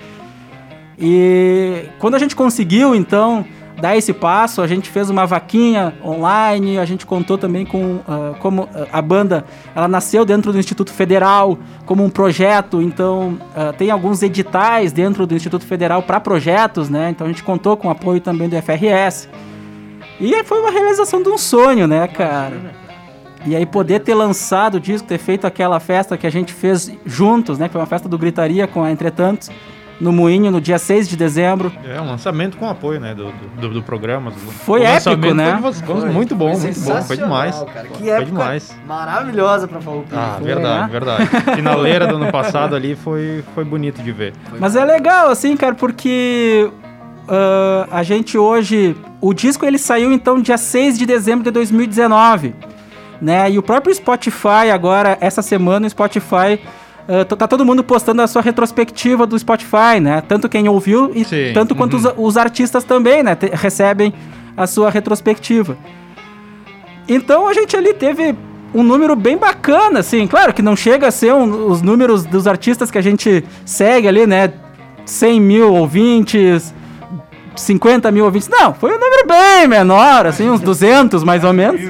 E quando a gente conseguiu, então, dar esse passo, a gente fez uma vaquinha online, a gente contou também com como a banda, ela nasceu dentro do Instituto Federal como um projeto, então tem alguns editais dentro do Instituto Federal para projetos, né? Então a gente contou com o apoio também do FRS. E foi uma realização de um sonho, né, cara? E aí poder ter lançado o disco, ter feito aquela festa que a gente fez juntos, né? Que foi uma festa do Gritaria com a Entretantos, no Moinho, no dia 6 de dezembro.
Um lançamento com apoio, né, do programa.
Foi épico, né?
Foi muito bom, foi demais.
Cara. Que época maravilhosa pra falar o público.
Verdade. Finaleira do ano passado ali foi bonito de ver.
Mas é legal, assim, cara, porque a gente hoje... O disco, ele saiu, então, dia 6 de dezembro de 2019, né? E o próprio Spotify, agora, essa semana, o Spotify... tá todo mundo postando a sua retrospectiva do Spotify, né? Tanto quem ouviu e tanto quanto os artistas também, né? Recebem a sua retrospectiva. Então a gente ali teve um número bem bacana, assim. Claro que não chega a ser os números dos artistas que a gente segue ali, né? 100 mil ouvintes, 50 mil ouvintes. Não, foi um número bem menor, assim, uns 200 mais ou menos.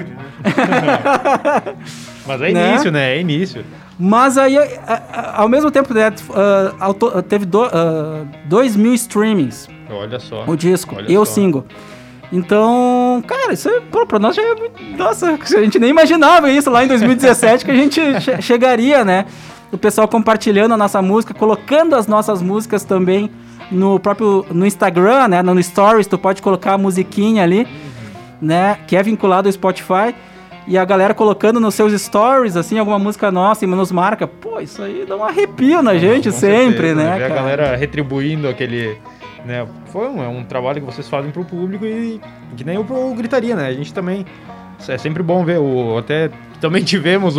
Mas é início, né? É início.
Mas aí, ao mesmo tempo, né, teve 2.000 streamings.
Olha só.
O disco e o single. Então, cara, isso pra nós já é muito... Nossa, a gente nem imaginava isso lá em 2017, que a gente chegaria, né? O pessoal compartilhando a nossa música, colocando as nossas músicas também no Instagram, né? No Stories, tu pode colocar a musiquinha ali, né? Que é vinculado ao Spotify. E a galera colocando nos seus stories, assim, alguma música nossa e nos marca. Pô, isso aí dá um arrepio na gente sempre, certeza, né,
ver
cara?
A galera retribuindo aquele... Né, foi um trabalho que vocês fazem pro público e que nem o Gritaria, né? A gente também... É sempre bom ver até também tivemos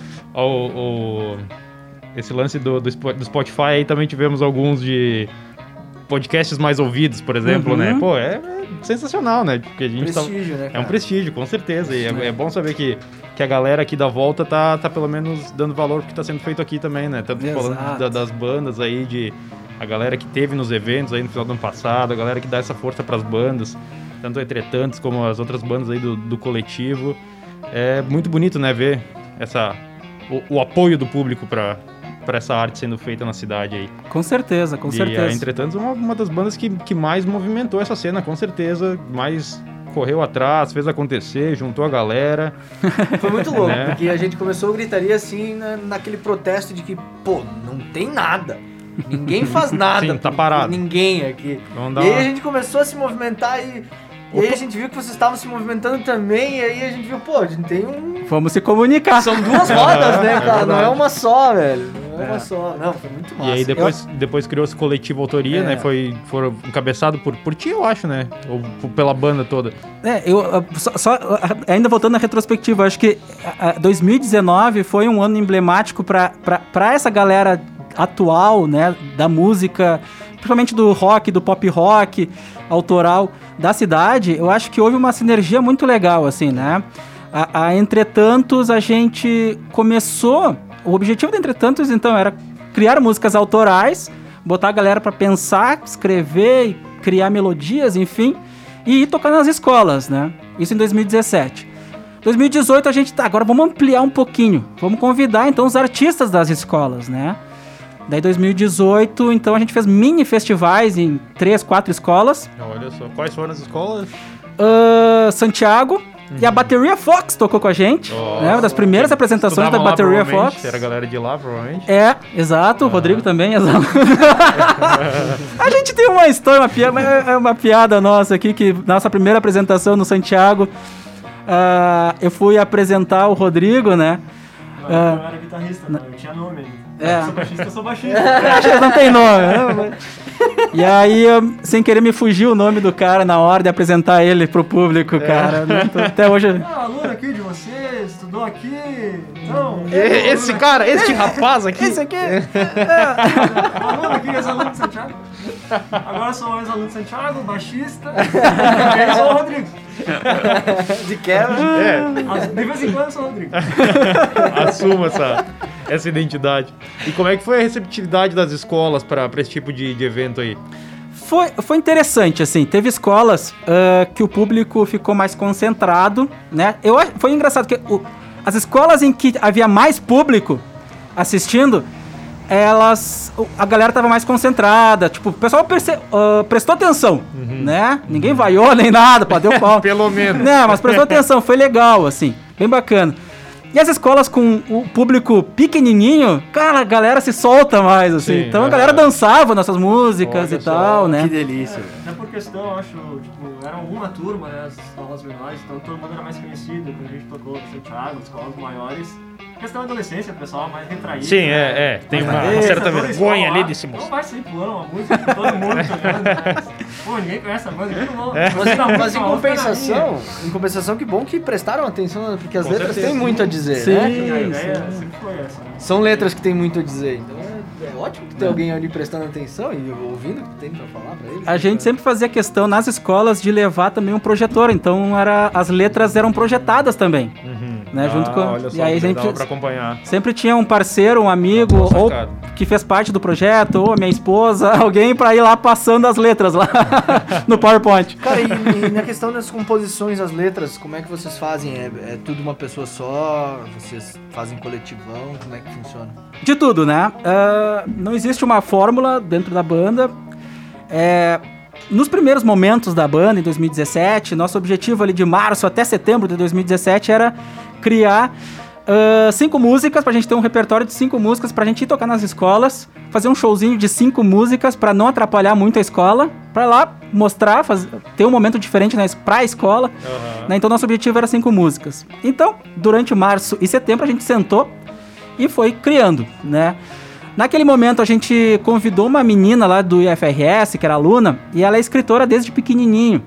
esse lance do Spotify, aí também tivemos alguns de podcasts mais ouvidos, por exemplo, né? Pô, é sensacional, né? Porque a gente
prestígio, né, cara?
É um prestígio, com certeza. E é bom saber que a galera aqui da volta tá pelo menos dando valor porque tá sendo feito aqui também, né? Tanto falando das bandas aí, a galera que teve nos eventos aí no final do ano passado, a galera que dá essa força pras bandas, tanto Entretantos como as outras bandas aí do coletivo. É muito bonito, né? Ver o apoio do público pra essa arte sendo feita na cidade aí.
Com certeza, com certeza.
E Entretanto, uma das bandas que mais movimentou essa cena, com certeza, mais correu atrás, fez acontecer, juntou a galera.
Foi muito louco, né? Porque a gente começou a Gritaria assim, naquele protesto de que, pô, não tem nada. Ninguém faz nada.
Sim, tá parado.
Ninguém aqui. E aí a gente começou a se movimentar e aí a gente viu que vocês estavam se movimentando também, e aí a gente viu, pô, a gente tem
Vamos se comunicar.
São 2 rodas, né, cara? Não é uma só, velho. Uma só. Não, foi muito massa.
E aí depois criou-se coletivo autoria, né? Foram encabeçado por ti, eu acho, né? Ou pela banda toda.
Ainda voltando na retrospectiva, acho que 2019 foi um ano emblemático para essa galera atual, né? Da música, principalmente do rock, do pop rock, autoral da cidade. Eu acho que houve uma sinergia muito legal, assim, né? Entretantos, a gente começou... O objetivo do Entretantos, então, era criar músicas autorais, botar a galera para pensar, escrever e criar melodias, enfim, e ir tocar nas escolas, né? Isso em 2017. 2018 a gente agora vamos ampliar um pouquinho. Vamos convidar, então, os artistas das escolas, né? Daí 2018, então, a gente fez mini festivais em 3, 4 escolas.
Olha só, quais foram as escolas?
Santiago. E a Bateria Fox tocou com a gente, né? Uma das primeiras apresentações da Bateria Fox.
Era a galera de lá, provavelmente.
Exato. O Rodrigo também, exato. A gente tem uma história, uma piada nossa aqui, que nossa primeira apresentação no Santiago, eu fui apresentar o Rodrigo, né?
Eu era guitarrista, não, eu tinha nome ainda. Eu sou baixista.
Não tem nome, né? E aí, sem querer, me fugiu o nome do cara na hora de apresentar ele pro público, cara. Até hoje...
aluno aqui de você, estudou aqui... Não...
Esse cara, este rapaz aqui...
Esse aqui...
aluno aqui, ex-aluno de Santiago. Agora sou ex-aluno de Santiago, baixista. Eu sou o Rodrigo.
De quebra.
De vez em quando eu sou o Rodrigo.
Assuma essa identidade. E como é que foi a receptividade das escolas para esse tipo de evento aí?
Foi interessante, assim. Teve escolas que o público ficou mais concentrado, né? Foi engraçado que as escolas em que havia mais público assistindo, a galera tava mais concentrada. Tipo, o pessoal prestou atenção, né? Ninguém vaiou nem nada, deu pau.
Pelo menos.
Não, mas prestou atenção, foi legal, assim. Bem bacana. E as escolas com o público pequenininho, cara, a galera se solta mais, assim. Sim, então a galera dançava nossas músicas. Olha e tal, né?
Que delícia.
Até por questão, eu acho, tipo, era uma turma, né, as escolas menores, então todo mundo era mais conhecido. Quando a gente tocou no Santiago, as escolas maiores. Questão da adolescência, o pessoal mais retraído.
Sim, né? Tem uma certa vergonha ali de se mostrar.
Não vai sair pulando uma música com todo mundo tocando, né? Pô, ninguém conhece a banda,
Mas em compensação, que bom que prestaram atenção, porque as letras têm muito a dizer,
sim,
né?
A ideia sempre foi essa, né?
São letras que têm muito a dizer, então é ótimo que tem alguém ali prestando atenção e ouvindo o que tem pra falar pra eles.
A gente sempre fazia questão nas escolas de levar também um projetor, então as letras eram projetadas também. Né, junto com...
Olha só,
e aí a gente
pra acompanhar.
Sempre tinha um parceiro, um amigo, ou que fez parte do projeto, ou a minha esposa, alguém pra ir lá passando as letras lá no PowerPoint.
Cara, e na questão das composições, as letras, como é que vocês fazem? É tudo uma pessoa só? Vocês fazem coletivão? Como é que funciona?
De tudo, né? Não existe uma fórmula dentro da banda. Nos primeiros momentos da banda, em 2017, nosso objetivo ali de março até setembro de 2017 era criar 5 músicas, pra gente ter um repertório de 5 músicas pra gente ir tocar nas escolas, fazer um showzinho de 5 músicas pra não atrapalhar muito a escola, pra lá mostrar, ter um momento diferente pra escola, né? Então nosso objetivo era 5 músicas. Então, durante março e setembro a gente sentou e foi criando, né? Naquele momento a gente convidou uma menina lá do IFRS, que era aluna, e ela é escritora desde pequenininha,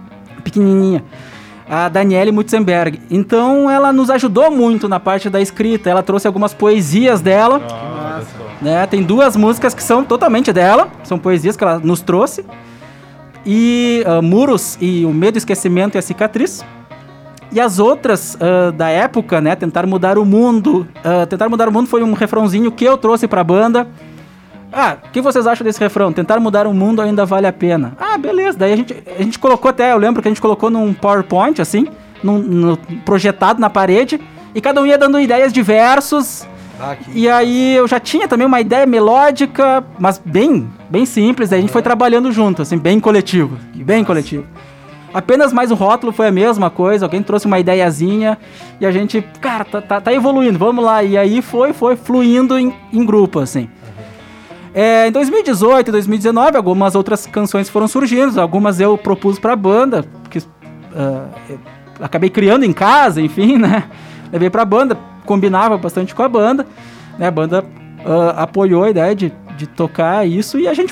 a Daniele Mutzenberg. Então ela nos ajudou muito na parte da escrita, ela trouxe algumas poesias dela, né? Tem 2 músicas que são totalmente dela, são poesias que ela nos trouxe, e Muros e O Medo, Esquecimento e a Cicatriz. E as outras da época, né, Tentar Mudar o Mundo. Tentar Mudar o Mundo foi um refrãozinho que eu trouxe pra banda. O que vocês acham desse refrão? Tentar mudar o mundo ainda vale a pena. Beleza. Daí a gente colocou até, eu lembro que a gente colocou num PowerPoint, assim, projetado na parede, e cada um ia dando ideias de versos. E aí eu já tinha também uma ideia melódica, mas bem simples. Daí a gente foi trabalhando junto, assim, bem coletivo. Coletivo. Apenas mais o rótulo foi a mesma coisa, alguém trouxe uma ideiazinha e a gente, cara, tá evoluindo, vamos lá. E aí foi fluindo em grupo, assim. Em 2018 e 2019, algumas outras canções foram surgindo, algumas eu propus pra banda, que acabei criando em casa, enfim, né? Levei pra banda, combinava bastante com a banda, né? A banda apoiou a ideia de tocar isso e a gente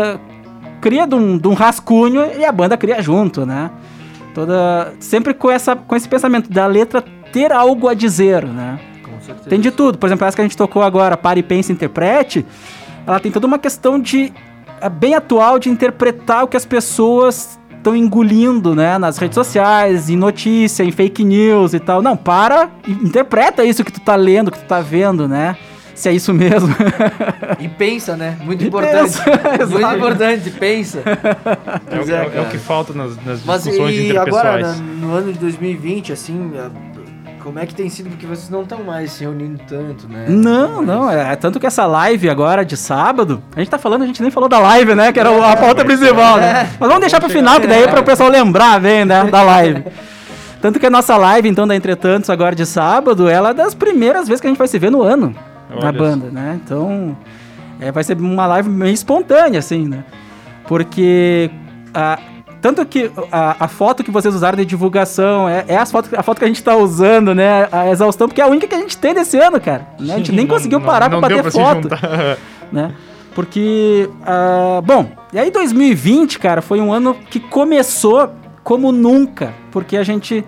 cria de um rascunho e a banda cria junto, né? Sempre com esse pensamento da letra ter algo a dizer, né?
Com certeza.
Tem de tudo. Por exemplo, essa que a gente tocou agora, Pare, Pense, Interprete, ela tem toda uma questão bem atual de interpretar o que as pessoas estão engolindo, né? Nas redes sociais, em notícia, em fake news e tal. Não, para e interpreta isso que tu tá lendo, que tu tá vendo, né? Se é isso mesmo.
E pensa, né? Muito importante. Muito importante, pensa.
É o que falta nas
Mas
discussões
e
interpessoais.
agora, no ano de 2020, assim, como é que tem sido? Porque vocês não estão mais se reunindo tanto, né?
Não. É tanto que essa live agora de sábado, a gente nem falou da live, né? Que era a pauta principal, né? Mas vamos deixar pro final, que daí para o pessoal lembrar bem, né? Da live. Tanto que a nossa live, então, da Entretantos, agora de sábado, ela é das primeiras vezes que a gente vai se ver no ano. Na banda, né? Então, vai ser uma live meio espontânea, assim, né? Porque tanto que a foto que vocês usaram de divulgação é a foto que a gente tá usando, né? A exaustão, porque é a única que a gente tem desse ano, cara. Né? A gente nem conseguiu parar pra bater foto. Né? Porque, bom, e aí 2020, cara, foi um ano que começou como nunca, porque a gente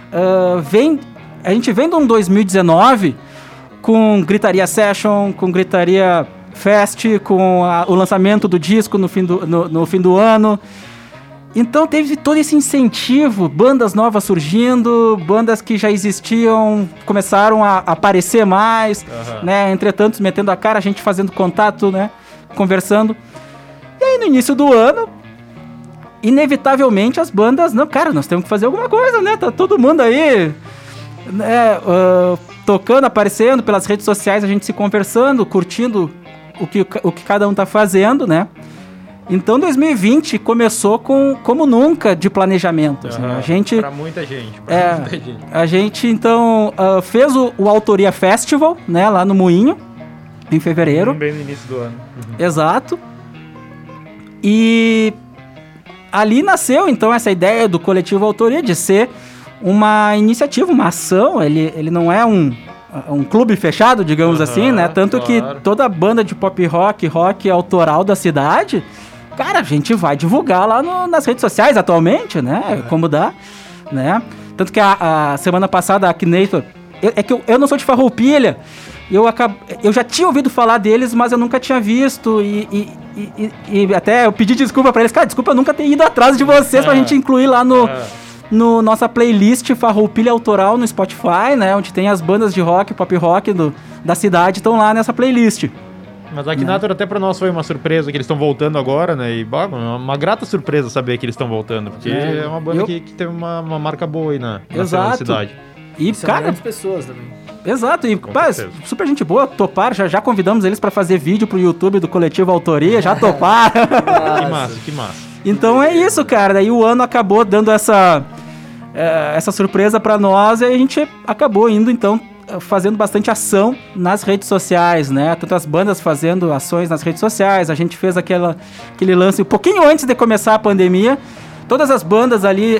vem de um 2019 com Gritaria Session, com Gritaria Fest, com o lançamento do disco no fim do ano. Então teve todo esse incentivo, bandas novas surgindo, bandas que já existiam começaram a aparecer mais, né? Entretanto, metendo a cara, a gente fazendo contato, né? Conversando. E aí no início do ano, inevitavelmente as bandas, não, cara, nós temos que fazer alguma coisa, né? Tá todo mundo aí, né? Tocando, aparecendo pelas redes sociais, a gente se conversando, curtindo o que cada um tá fazendo, né? Então 2020 começou como nunca de planejamento. Assim, a gente,
pra muita gente.
A gente então fez o Autoria Festival, né? Lá no Moinho, em fevereiro.
Bem no início do ano.
Exato. E ali nasceu então essa ideia do Coletivo Autoria de ser uma iniciativa, uma ação. Ele não é um clube fechado, digamos assim, né? Tanto que toda banda de pop rock autoral da cidade, cara, a gente vai divulgar lá nas redes sociais atualmente, né? Como dá, né? Tanto que a semana passada a Akinator, que eu não sou de Farroupilha, eu já tinha ouvido falar deles, mas eu nunca tinha visto e até eu pedi desculpa pra eles, cara, desculpa eu nunca ter ido atrás de vocês pra gente incluir lá no nossa playlist Farroupilha Autoral no Spotify, né? Onde tem as bandas de rock, pop rock da cidade, estão lá nessa playlist.
Mas a Akinator até pra nós foi uma surpresa que eles estão voltando agora, né? E uma grata surpresa saber que eles estão voltando, porque é uma banda que tem uma marca boa aí na cidade.
E,
são
cara,
grandes pessoas também.
Exato, e super gente boa, toparam, já convidamos eles pra fazer vídeo pro YouTube do Coletivo Autoria, já toparam.
Que massa.
Então é isso, cara, daí o ano acabou dando essa surpresa pra nós e a gente acabou indo, então, fazendo bastante ação nas redes sociais, né? Tanto as bandas fazendo ações nas redes sociais, a gente fez aquele lance um pouquinho antes de começar a pandemia, todas as bandas ali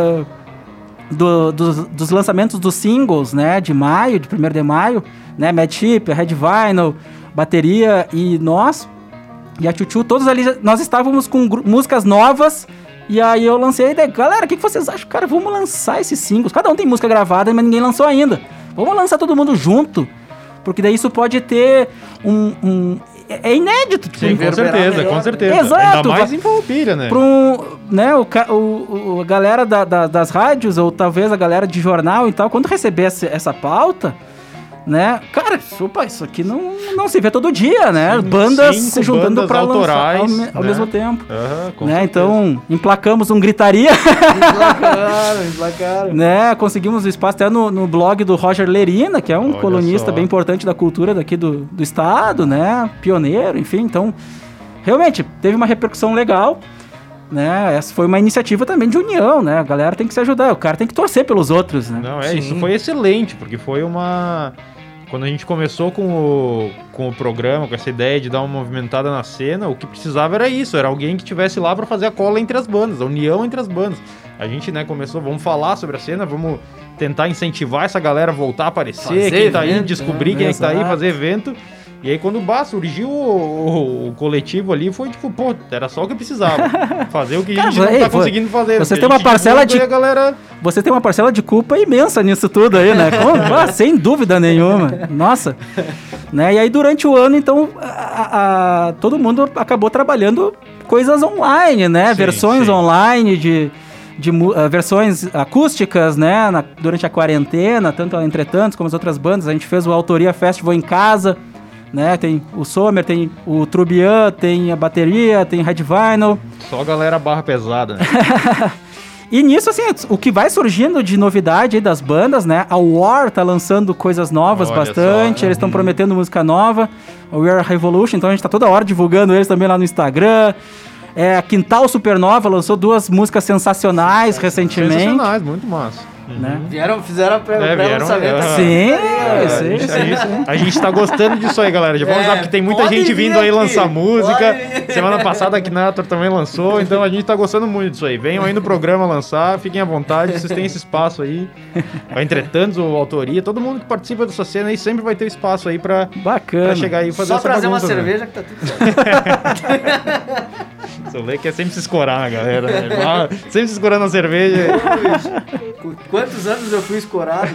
dos lançamentos dos singles, né? De 1º de maio, né? Mad Chip, Red Vinyl, Bateria e nós, e a Chuchu, todos ali, nós estávamos com músicas novas. E aí eu lancei a ideia, galera, o que vocês acham? Cara, vamos lançar esses singles. Cada um tem música gravada, mas ninguém lançou ainda. Vamos lançar todo mundo junto, porque daí isso pode ter é inédito.
Sim, com certeza.
Exato.
Ainda mais em Farroupilha, né?
Né, a galera das rádios, ou talvez a galera de jornal e tal, quando receber essa pauta, né? Cara, opa, isso aqui não se vê todo dia, né? Bandas se juntando pra lançar ao mesmo tempo. Né? Então, emplacamos um Gritaria.
Emplacaram.
Né? Conseguimos o espaço até no blog do Roger Lerina, que é um colunista bem importante da cultura daqui do estado, né? Pioneiro, enfim. Então, realmente, teve uma repercussão legal. Né? Essa foi uma iniciativa também de união, né? A galera tem que se ajudar, o cara tem que torcer pelos outros, né?
Não, isso foi excelente, porque foi uma... Quando a gente começou com o programa, com essa ideia de dar uma movimentada na cena, o que precisava era isso, era alguém que estivesse lá para fazer a cola entre as bandas, a união entre as bandas. A gente, né, começou, vamos falar sobre a cena, vamos tentar incentivar essa galera a voltar a aparecer, quem tá aí, descobrir quem é que tá aí, fazer evento. E aí quando surgiu o coletivo ali, foi tipo, pô, era só o que eu precisava. Fazer o que a gente não tá conseguindo fazer.
Você tem uma parcela de...
Galera...
Você tem uma parcela de culpa imensa nisso tudo aí, né? Sem dúvida nenhuma. Nossa. Né? E aí durante o ano, então, todo mundo acabou trabalhando coisas online, né? Versões online de versões acústicas, né? Durante a quarentena, tanto a Entretantos como as outras bandas. A gente fez o Autoria Festival em casa, né? Tem o Sommer, tem o Trubian, tem a bateria, tem Red Vinyl.
Só galera barra pesada, né?
E nisso, assim, o que vai surgindo de novidade aí das bandas, né? A War tá lançando coisas novas bastante, eles estão prometendo música nova. O We Are Revolution, então a gente tá toda hora divulgando eles também lá no Instagram. A Quintal Supernova lançou 2 músicas sensacionais recentemente.
Sensacionais, muito massa.
Né?
Fizeram pré-lançamento.
Sim,
a gente tá gostando disso aí, galera. Já vamos lá, porque tem muita gente vindo aí lançar música. Semana passada a Knator também lançou, então a gente tá gostando muito disso aí. Venham aí no programa lançar, fiquem à vontade, vocês têm esse espaço aí. Entretanto, Autoria, todo mundo que participa dessa cena aí sempre vai ter espaço aí pra chegar aí e fazer
só
essa
trazer
bagunça,
uma cerveja, né? Que tá tudo certo.
Você vê que é sempre se escorar na galera, né? Sempre se escorando na cerveja.
Quantos anos eu fui escorado?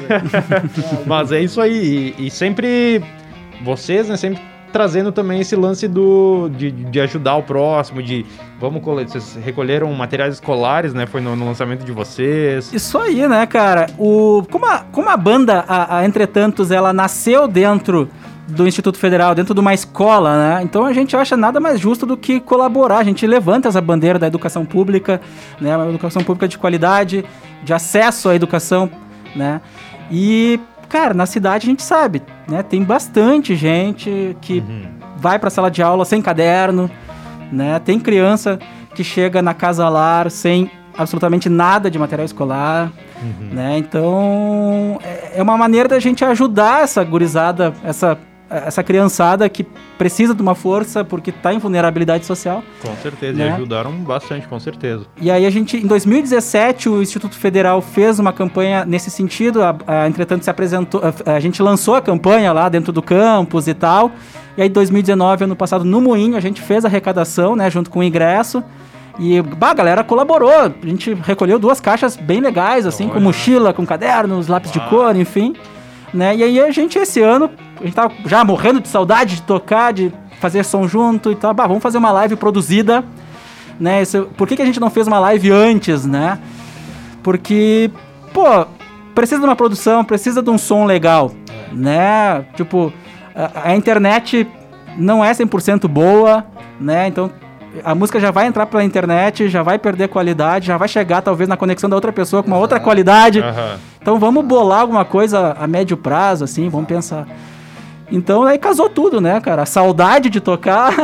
Mas é isso aí. E sempre vocês, né? Sempre trazendo também esse lance de ajudar o próximo, vocês recolheram materiais escolares, né? Foi no lançamento de vocês.
Isso aí, né, cara? Como a banda, a Entretantos, ela nasceu dentro do Instituto Federal, dentro de uma escola, né? Então a gente acha nada mais justo do que colaborar. A gente levanta essa bandeira da educação pública, né? Uma educação pública de qualidade, de acesso à educação, né? E, cara, na cidade a gente sabe, né? Tem bastante gente que vai pra sala de aula sem caderno, né? Tem criança que chega na casa lar sem absolutamente nada de material escolar, né? Então é uma maneira da gente ajudar essa gurizada, essa criançada que precisa de uma força porque está em vulnerabilidade social.
Com certeza,
né?
E ajudaram bastante, com certeza.
E aí em 2017, o Instituto Federal fez uma campanha nesse sentido, entretanto se apresentou, a gente lançou a campanha lá dentro do campus e tal, e aí em 2019, ano passado, no Moinho, a gente fez a arrecadação, né, junto com o ingresso, e a galera colaborou, a gente recolheu 2 caixas bem legais, assim, com mochila, com cadernos, lápis de cor, enfim. Né? E aí a gente, esse ano, a gente tava já morrendo de saudade de tocar, de fazer som junto e tal. Vamos fazer uma live produzida, né? Por que a gente não fez uma live antes, né? Porque, precisa de uma produção, precisa de um som legal, né? Tipo, a internet não é 100% boa, né? Então a música já vai entrar pela internet, já vai perder qualidade, já vai chegar talvez na conexão da outra pessoa com uma outra qualidade. Então vamos bolar alguma coisa a médio prazo, assim, vamos pensar. Então aí casou tudo, né, cara? A saudade de tocar,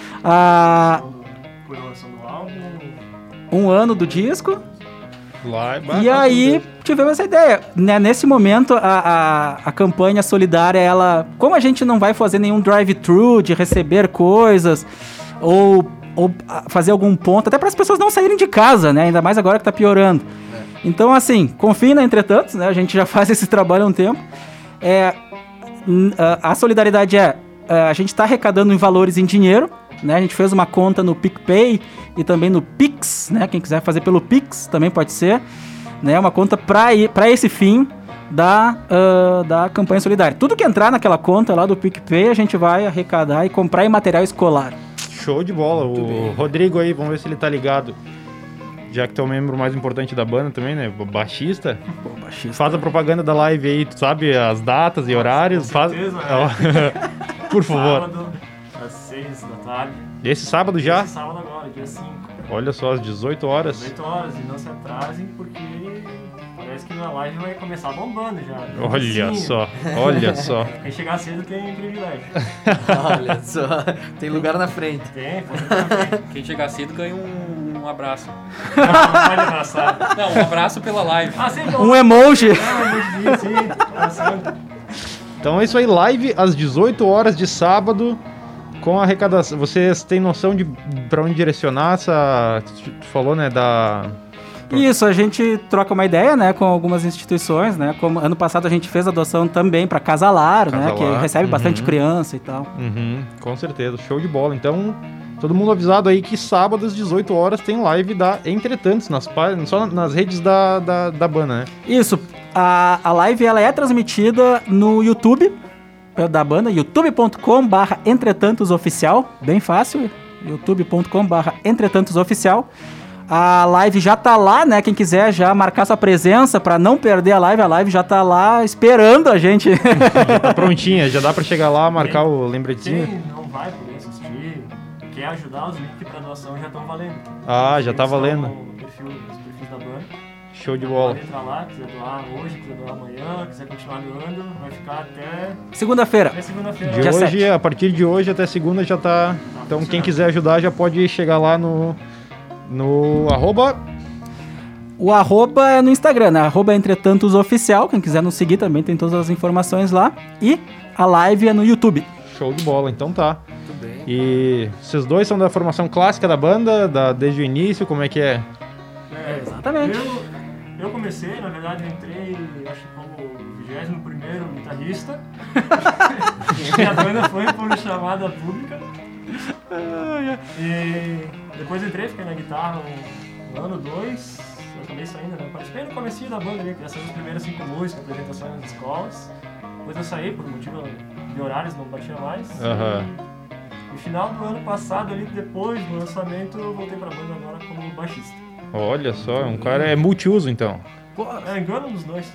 um ano do disco. E aí tivemos essa ideia, né? Nesse momento a campanha solidária, ela, como a gente não vai fazer nenhum drive-thru de receber coisas ou fazer algum ponto, até para as pessoas não saírem de casa, né? Ainda mais agora que tá piorando. Então, assim, confie na Entretantos, né? A gente já faz esse trabalho há um tempo. A solidariedade a gente está arrecadando em valores em dinheiro, né? A gente fez uma conta no PicPay e também no Pix, né? Quem quiser fazer pelo Pix também pode ser, né? Uma conta para esse fim da campanha solidária. Tudo que entrar naquela conta lá do PicPay, a gente vai arrecadar e comprar em material escolar.
Show de bola. O Rodrigo aí, vamos ver se ele tá ligado. Já que tu é o membro mais importante da banda também, né? Baixista. Faz a propaganda da live aí, tu sabe as datas e horários.
Com certeza,
Por favor.
Sábado, às 6 da tarde.
Esse sábado já?
Esse sábado agora, dia 5.
Olha só, às 18 horas.
18 horas, e não se atrasem, porque parece que na live vai começar bombando já.
Olha só.
Quem chegar cedo tem privilégio.
Olha só, tem lugar na frente.
Tem, pode na frente.
Quem chegar cedo ganha um abraço.
Não pode abraçar.
Não, um abraço pela live.
Um emoji.
Então é isso aí, live às 18 horas de sábado com a arrecadação. Vocês têm noção de pra onde direcionar essa... Tu falou, né,
Isso, a gente troca uma ideia, né, com algumas instituições, né, como ano passado a gente fez a doação também para Casa Lar, né, que recebe bastante criança e tal.
Com certeza, show de bola. Então, todo mundo avisado aí que sábado às 18 horas tem live da Entretantos, só nas redes da banda, né?
Isso, a live ela é transmitida no YouTube da banda, youtube.com/entretantosoficial, bem fácil, youtube.com/entretantosoficial. A live já tá lá, né? Quem quiser já marcar sua presença pra não perder a live já tá lá esperando a gente.
Já tá prontinha, já dá pra chegar lá, marcar o lembretinho.
Quem não vai poder assistir, quer ajudar, os links pra doação já estão valendo.
Já tá valendo.
Nos perfis da banda.
Show de bola.
Pode entrar lá, quiser doar hoje, quiser doar amanhã, quiser continuar doando, vai ficar até...
Segunda-feira.
Até segunda-feira.
De hoje, a partir de hoje até segunda já tá... Então quem quiser ajudar já pode chegar lá no arroba...
O arroba é no Instagram, né? Arroba Entretantosoficial. Quem quiser nos seguir também tem todas as informações lá. E a live é no YouTube.
Show de bola, então tá.
Muito bem.
E vocês dois são da formação clássica da banda, desde o início, como é que é?
Exatamente.
Eu comecei, na verdade, eu entrei, acho que como 21º guitarrista. E a banda foi por chamada pública. E depois entrei, fiquei na guitarra um ano, 2. Eu acabei saindo, né? Participei no comecinho da banda ali, essas as primeiras 5 músicas, apresentações nas escolas. Depois eu saí por motivo de horários, não batia mais.
Aham.
No final do ano passado, ali, depois do lançamento, eu voltei pra banda agora como baixista.
Olha só, um cara é multiuso então.
Engano dos dois.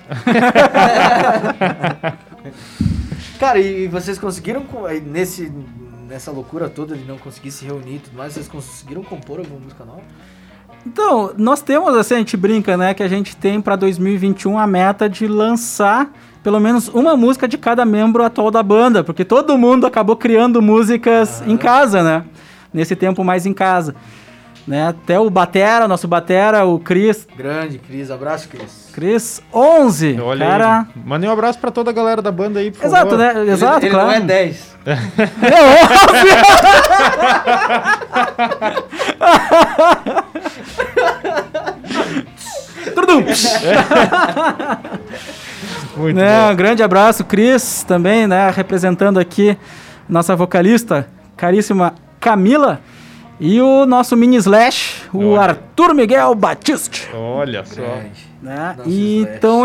Cara, e vocês conseguiram, nessa loucura toda de não conseguir se reunir e tudo mais, vocês conseguiram compor alguma música nova?
Então, nós temos, assim, a gente brinca, né, que a gente tem pra 2021 a meta de lançar pelo menos uma música de cada membro atual da banda, porque todo mundo acabou criando músicas em casa, né, nesse tempo mais em casa. Né, até o nosso batera, o Cris.
Grande, Cris. Abraço, Cris.
Cris 11.
Olha
cara...
aí. Mandei um abraço pra toda a galera da banda aí, por
Exato,
favor.
né? Exato,
ele
claro.
não é 10.
É 11! Tudum!
Muito
né,
bom.
um grande abraço, Cris, também, né? Representando aqui nossa vocalista, caríssima Camila. E o nosso mini Slash, o Arthur Miguel Batiste.
Olha só.
Né? E então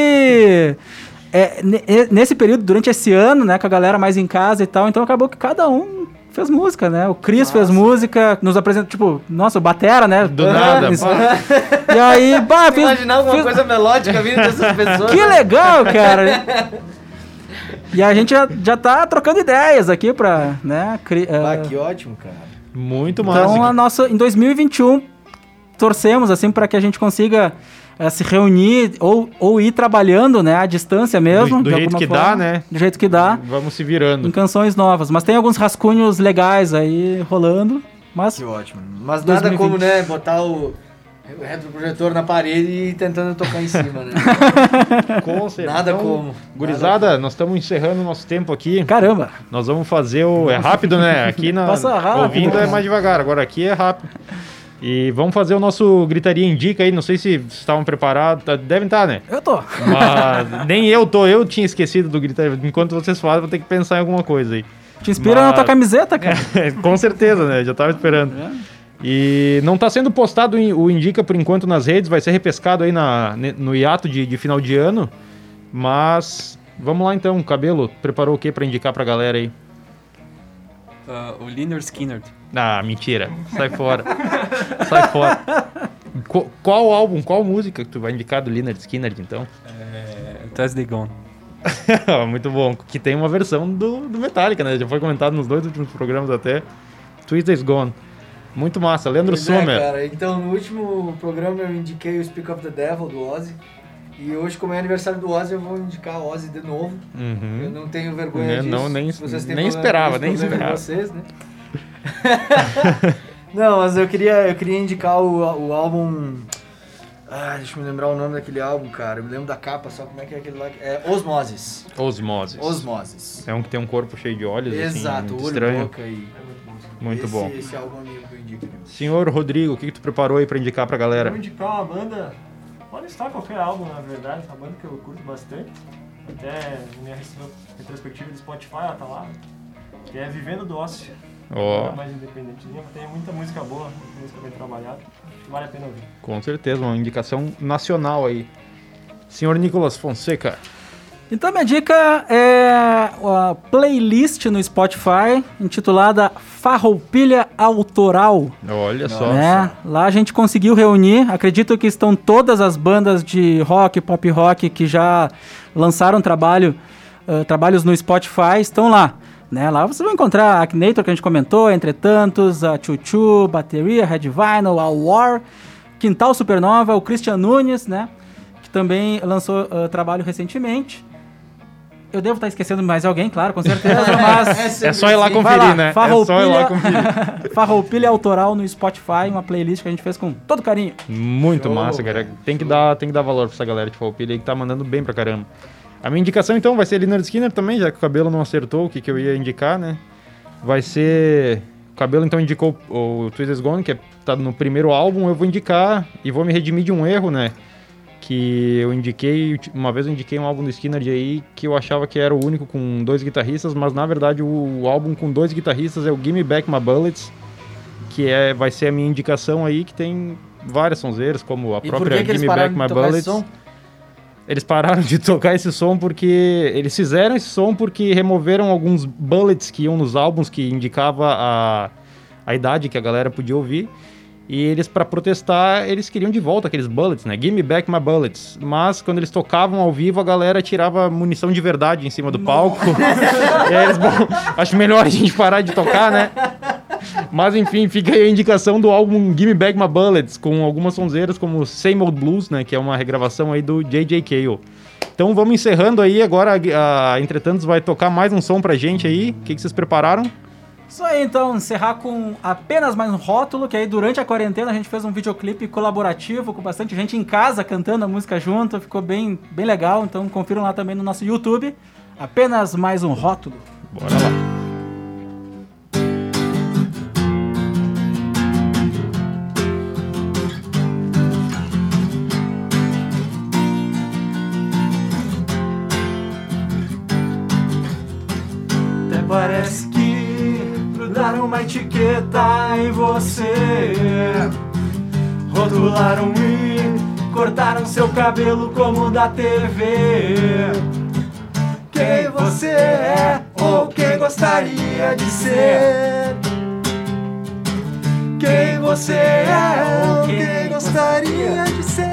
nesse período, durante esse ano, né, com a galera mais em casa e tal, então acabou que cada um fez música, né? O Cris fez música, nos apresenta, tipo, nossa, o batera, né?
Do nada.
E aí,
imaginar alguma coisa melódica vindo dessas pessoas.
Que legal, cara! E a gente já tá trocando ideias aqui pra, né?
Que ótimo, cara.
Muito massa.
Então, em 2021, torcemos, assim, para que a gente consiga se reunir ou ir trabalhando, né, à distância mesmo.
Do jeito que dá, né?
Do jeito que dá.
Vamos se virando.
Em canções novas. Mas tem alguns rascunhos legais aí rolando. Mas
que ótimo. Mas nada 2020. Como, né, botar o retroprojetor na parede e tentando tocar em cima, né?
Com certeza.
Nada então, como.
Gurizada, nós estamos encerrando o nosso tempo aqui.
Caramba!
Nós vamos fazer o... É rápido, né? Aqui
Passa rápido,
ouvindo é mais devagar, agora aqui é rápido. E vamos fazer o nosso Gritaria Indica aí, não sei se vocês estavam preparados, devem estar, né?
Eu tô.
Mas nem eu tinha esquecido do Gritaria. Enquanto vocês falam, vou ter que pensar em alguma coisa aí.
Te inspira na tua camiseta, cara.
Com certeza, né? Já tava esperando. E não tá sendo postado o Indica por enquanto nas redes, vai ser repescado aí no hiato de final de ano. Mas vamos lá então, Cabelo, preparou o que pra indicar pra galera aí?
O Lynyrd Skynyrd.
Ah, mentira. Sai fora. Sai fora. Qual álbum, qual música que tu vai indicar do Lynyrd Skynyrd, então?
Thursday Gone.
Muito bom. Que tem uma versão do Metallica, né? Já foi comentado nos 2 últimos programas até. Tuesday's Gone. Muito massa. Leandro Sommer.
Cara. Então, no último programa eu indiquei o Speak of the Devil, do Ozzy. E hoje, como é aniversário do Ozzy, eu vou indicar o Ozzy de novo.
Uhum.
Eu não tenho vergonha disso.
Não, nem
esperava. Vocês, né? Não, mas eu queria indicar o álbum... deixa eu me lembrar o nome daquele álbum, cara. Eu me lembro da capa, só como é que é aquele lá. É Osmosis.
É um que tem um corpo cheio de olhos,
exato,
assim,
olho,
estranho.
boca e...
música.
Muito bom.
Esse álbum amigo que eu indico.
Senhor Rodrigo, o que tu preparou aí pra indicar pra galera?
Vou indicar uma banda, pode estar qualquer álbum na verdade, uma banda que eu curto bastante. Até na minha retrospectiva do Spotify ela tá lá, que é Vivendo do Ócio.
Ó.
Mais independentezinha, mas tem muita música boa, muita música bem trabalhada, acho que vale a pena ouvir.
Com certeza, uma indicação nacional aí. Senhor Nicolas Fonseca.
Então minha dica é a playlist no Spotify intitulada Farroupilha Autoral.
Olha só.
Né? Lá a gente conseguiu reunir, acredito que estão todas as bandas de rock, pop rock que já lançaram trabalhos no Spotify, estão lá. Né? Lá você vai encontrar a Akinator, que a gente comentou, Entretantos, a Chuchu, Bateria, Red Vinyl, a War, Quintal Supernova, o Christian Nunes, né? Que também lançou trabalho recentemente. Eu devo estar esquecendo mais alguém, claro, com certeza, mas...
É só ir lá conferir, né? É só ir lá conferir.
Farroupilha Autoral no Spotify, uma playlist que a gente fez com todo carinho.
Muito massa, cara. Tem que dar valor pra essa galera de Farroupilha aí que tá mandando bem pra caramba. A minha indicação, então, vai ser Lynyrd Skynyrd também, já que o Cabelo não acertou o que eu ia indicar, né? Vai ser... O Cabelo, então, indicou o Twisted Gone, que tá no primeiro álbum. Eu vou indicar e vou me redimir de um erro, né? Que eu indiquei... Uma vez eu indiquei um álbum do Skynyrd aí que eu achava que era o único com 2 guitarristas, mas, na verdade, o álbum com 2 guitarristas é o Gimme Back My Bullets, que vai ser a minha indicação aí, que tem várias sonzeiras, como a própria Gimme Back My Bullets. Eles pararam de tocar esse som porque... Eles fizeram esse som porque removeram alguns bullets que iam nos álbuns que indicava a idade que a galera podia ouvir. E eles, pra protestar, eles queriam de volta aqueles bullets, né? Give me back my bullets. Mas quando eles tocavam ao vivo, a galera tirava munição de verdade em cima do palco. E aí eles, bom, acho melhor a gente parar de tocar, né? Mas enfim, fica aí a indicação do álbum Give Me Back My Bullets, com algumas sonzeiras como Same Old Blues, né, que é uma regravação aí do J.J. Cale. Então vamos encerrando aí, agora a Entretantos vai tocar mais um som pra gente aí. O que vocês prepararam?
Isso aí, então, encerrar com apenas mais um rótulo, que aí durante a quarentena a gente fez um videoclipe colaborativo com bastante gente em casa cantando a música junto, ficou bem legal, então confiram lá também no nosso YouTube. Apenas mais um rótulo.
Bora lá.
Parece que grudaram uma etiqueta em você, rotularam e cortaram seu cabelo como da TV. Quem você é ou quem gostaria de ser? Quem você é ou quem gostaria de ser?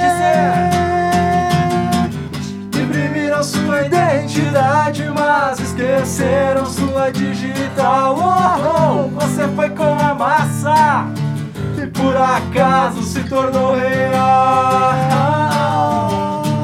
Imprimiram sua identidade, mas esqueceram sua digital. Oh, oh, você foi com a massa e por acaso se tornou real.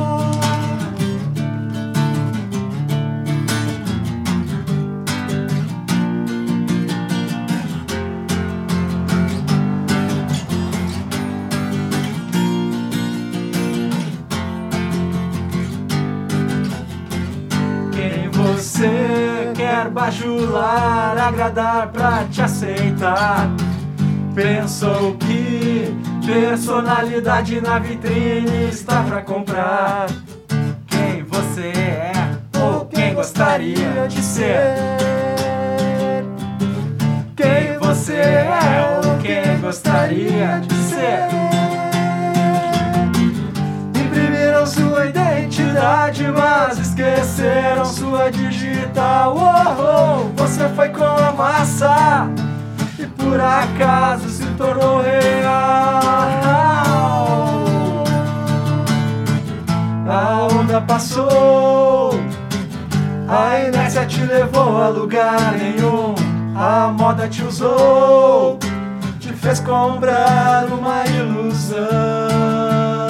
Você quer bajular, agradar pra te aceitar. Pensou que personalidade na vitrine está pra comprar. Quem você é ou quem gostaria de ser? Quem você é ou quem gostaria de ser? Imprimiram sua identidade, mas esqueceram sua digital. Oh, oh, você foi com a massa e por acaso se tornou real. A onda passou, a inércia te levou a lugar nenhum. A moda te usou, te fez comprar uma ilusão.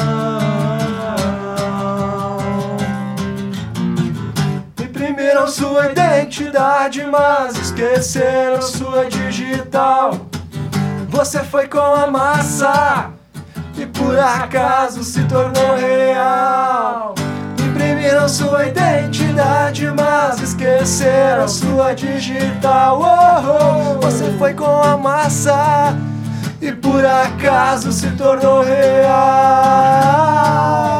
Imprimiram sua identidade, mas esqueceram sua digital. Você foi com a massa e por acaso se tornou real. Imprimiram sua identidade, mas esqueceram sua digital. Oh, oh, você foi com a massa e por acaso se tornou real.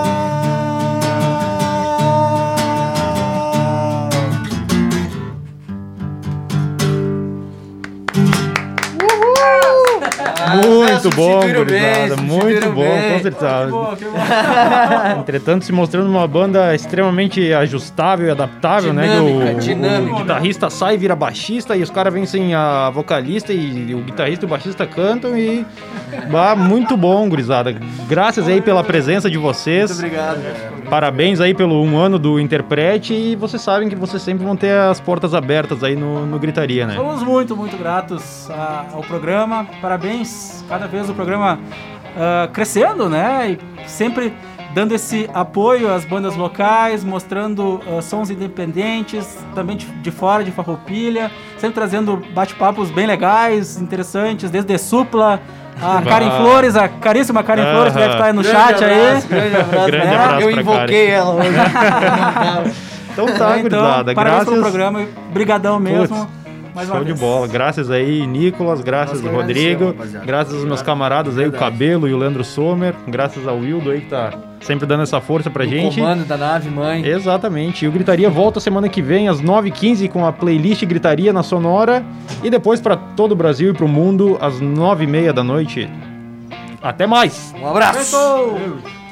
Muito bom, gurizada,
bem,
muito bom,
bem.
com certeza.
Que bom.
Entretanto, se mostrando uma banda extremamente ajustável e adaptável,
Dinâmica,
né? Que
dinâmica.
o guitarrista sai e vira baixista e os caras vencem a vocalista e o guitarrista e o baixista cantam e... muito bom, gurizada. Graças aí pela presença de vocês.
Muito obrigado.
Parabéns aí pelo 1 ano do Interprete e vocês sabem que vocês sempre vão ter as portas abertas aí no Gritaria, né?
Somos muito, muito gratos ao programa. Parabéns, cada vez o programa crescendo, né? E sempre dando esse apoio às bandas locais, mostrando sons independentes, também de fora de Farroupilha, sempre trazendo bate-papos bem legais, interessantes, desde Supla, a Karen Flores, a caríssima Karen Flores, que deve estar aí no chat aí.
Grande abraço.
Grande abraço
Eu
pra
invoquei ela hoje.
Então tá, gurizada.
Parabéns
Graças...
pelo programa, brigadão mesmo.
Putz,
Mais uma
show de
vez.
bola. Graças aí, Nicolas. Graças,
Nós que
Rodrigo.
agradecemos, rapaziada.
Graças aos meus camaradas aí, o Cabelo e o Leandro Sommer. Graças ao Wildo aí, que tá sempre dando essa força pra
O
gente.
comando da nave, mãe.
Exatamente. E o Gritaria volta semana que vem, às 9h15, com a playlist Gritaria na Sonora. E depois pra todo o Brasil e pro mundo, às 9h30 da noite. Até mais!
Um abraço!
Feito!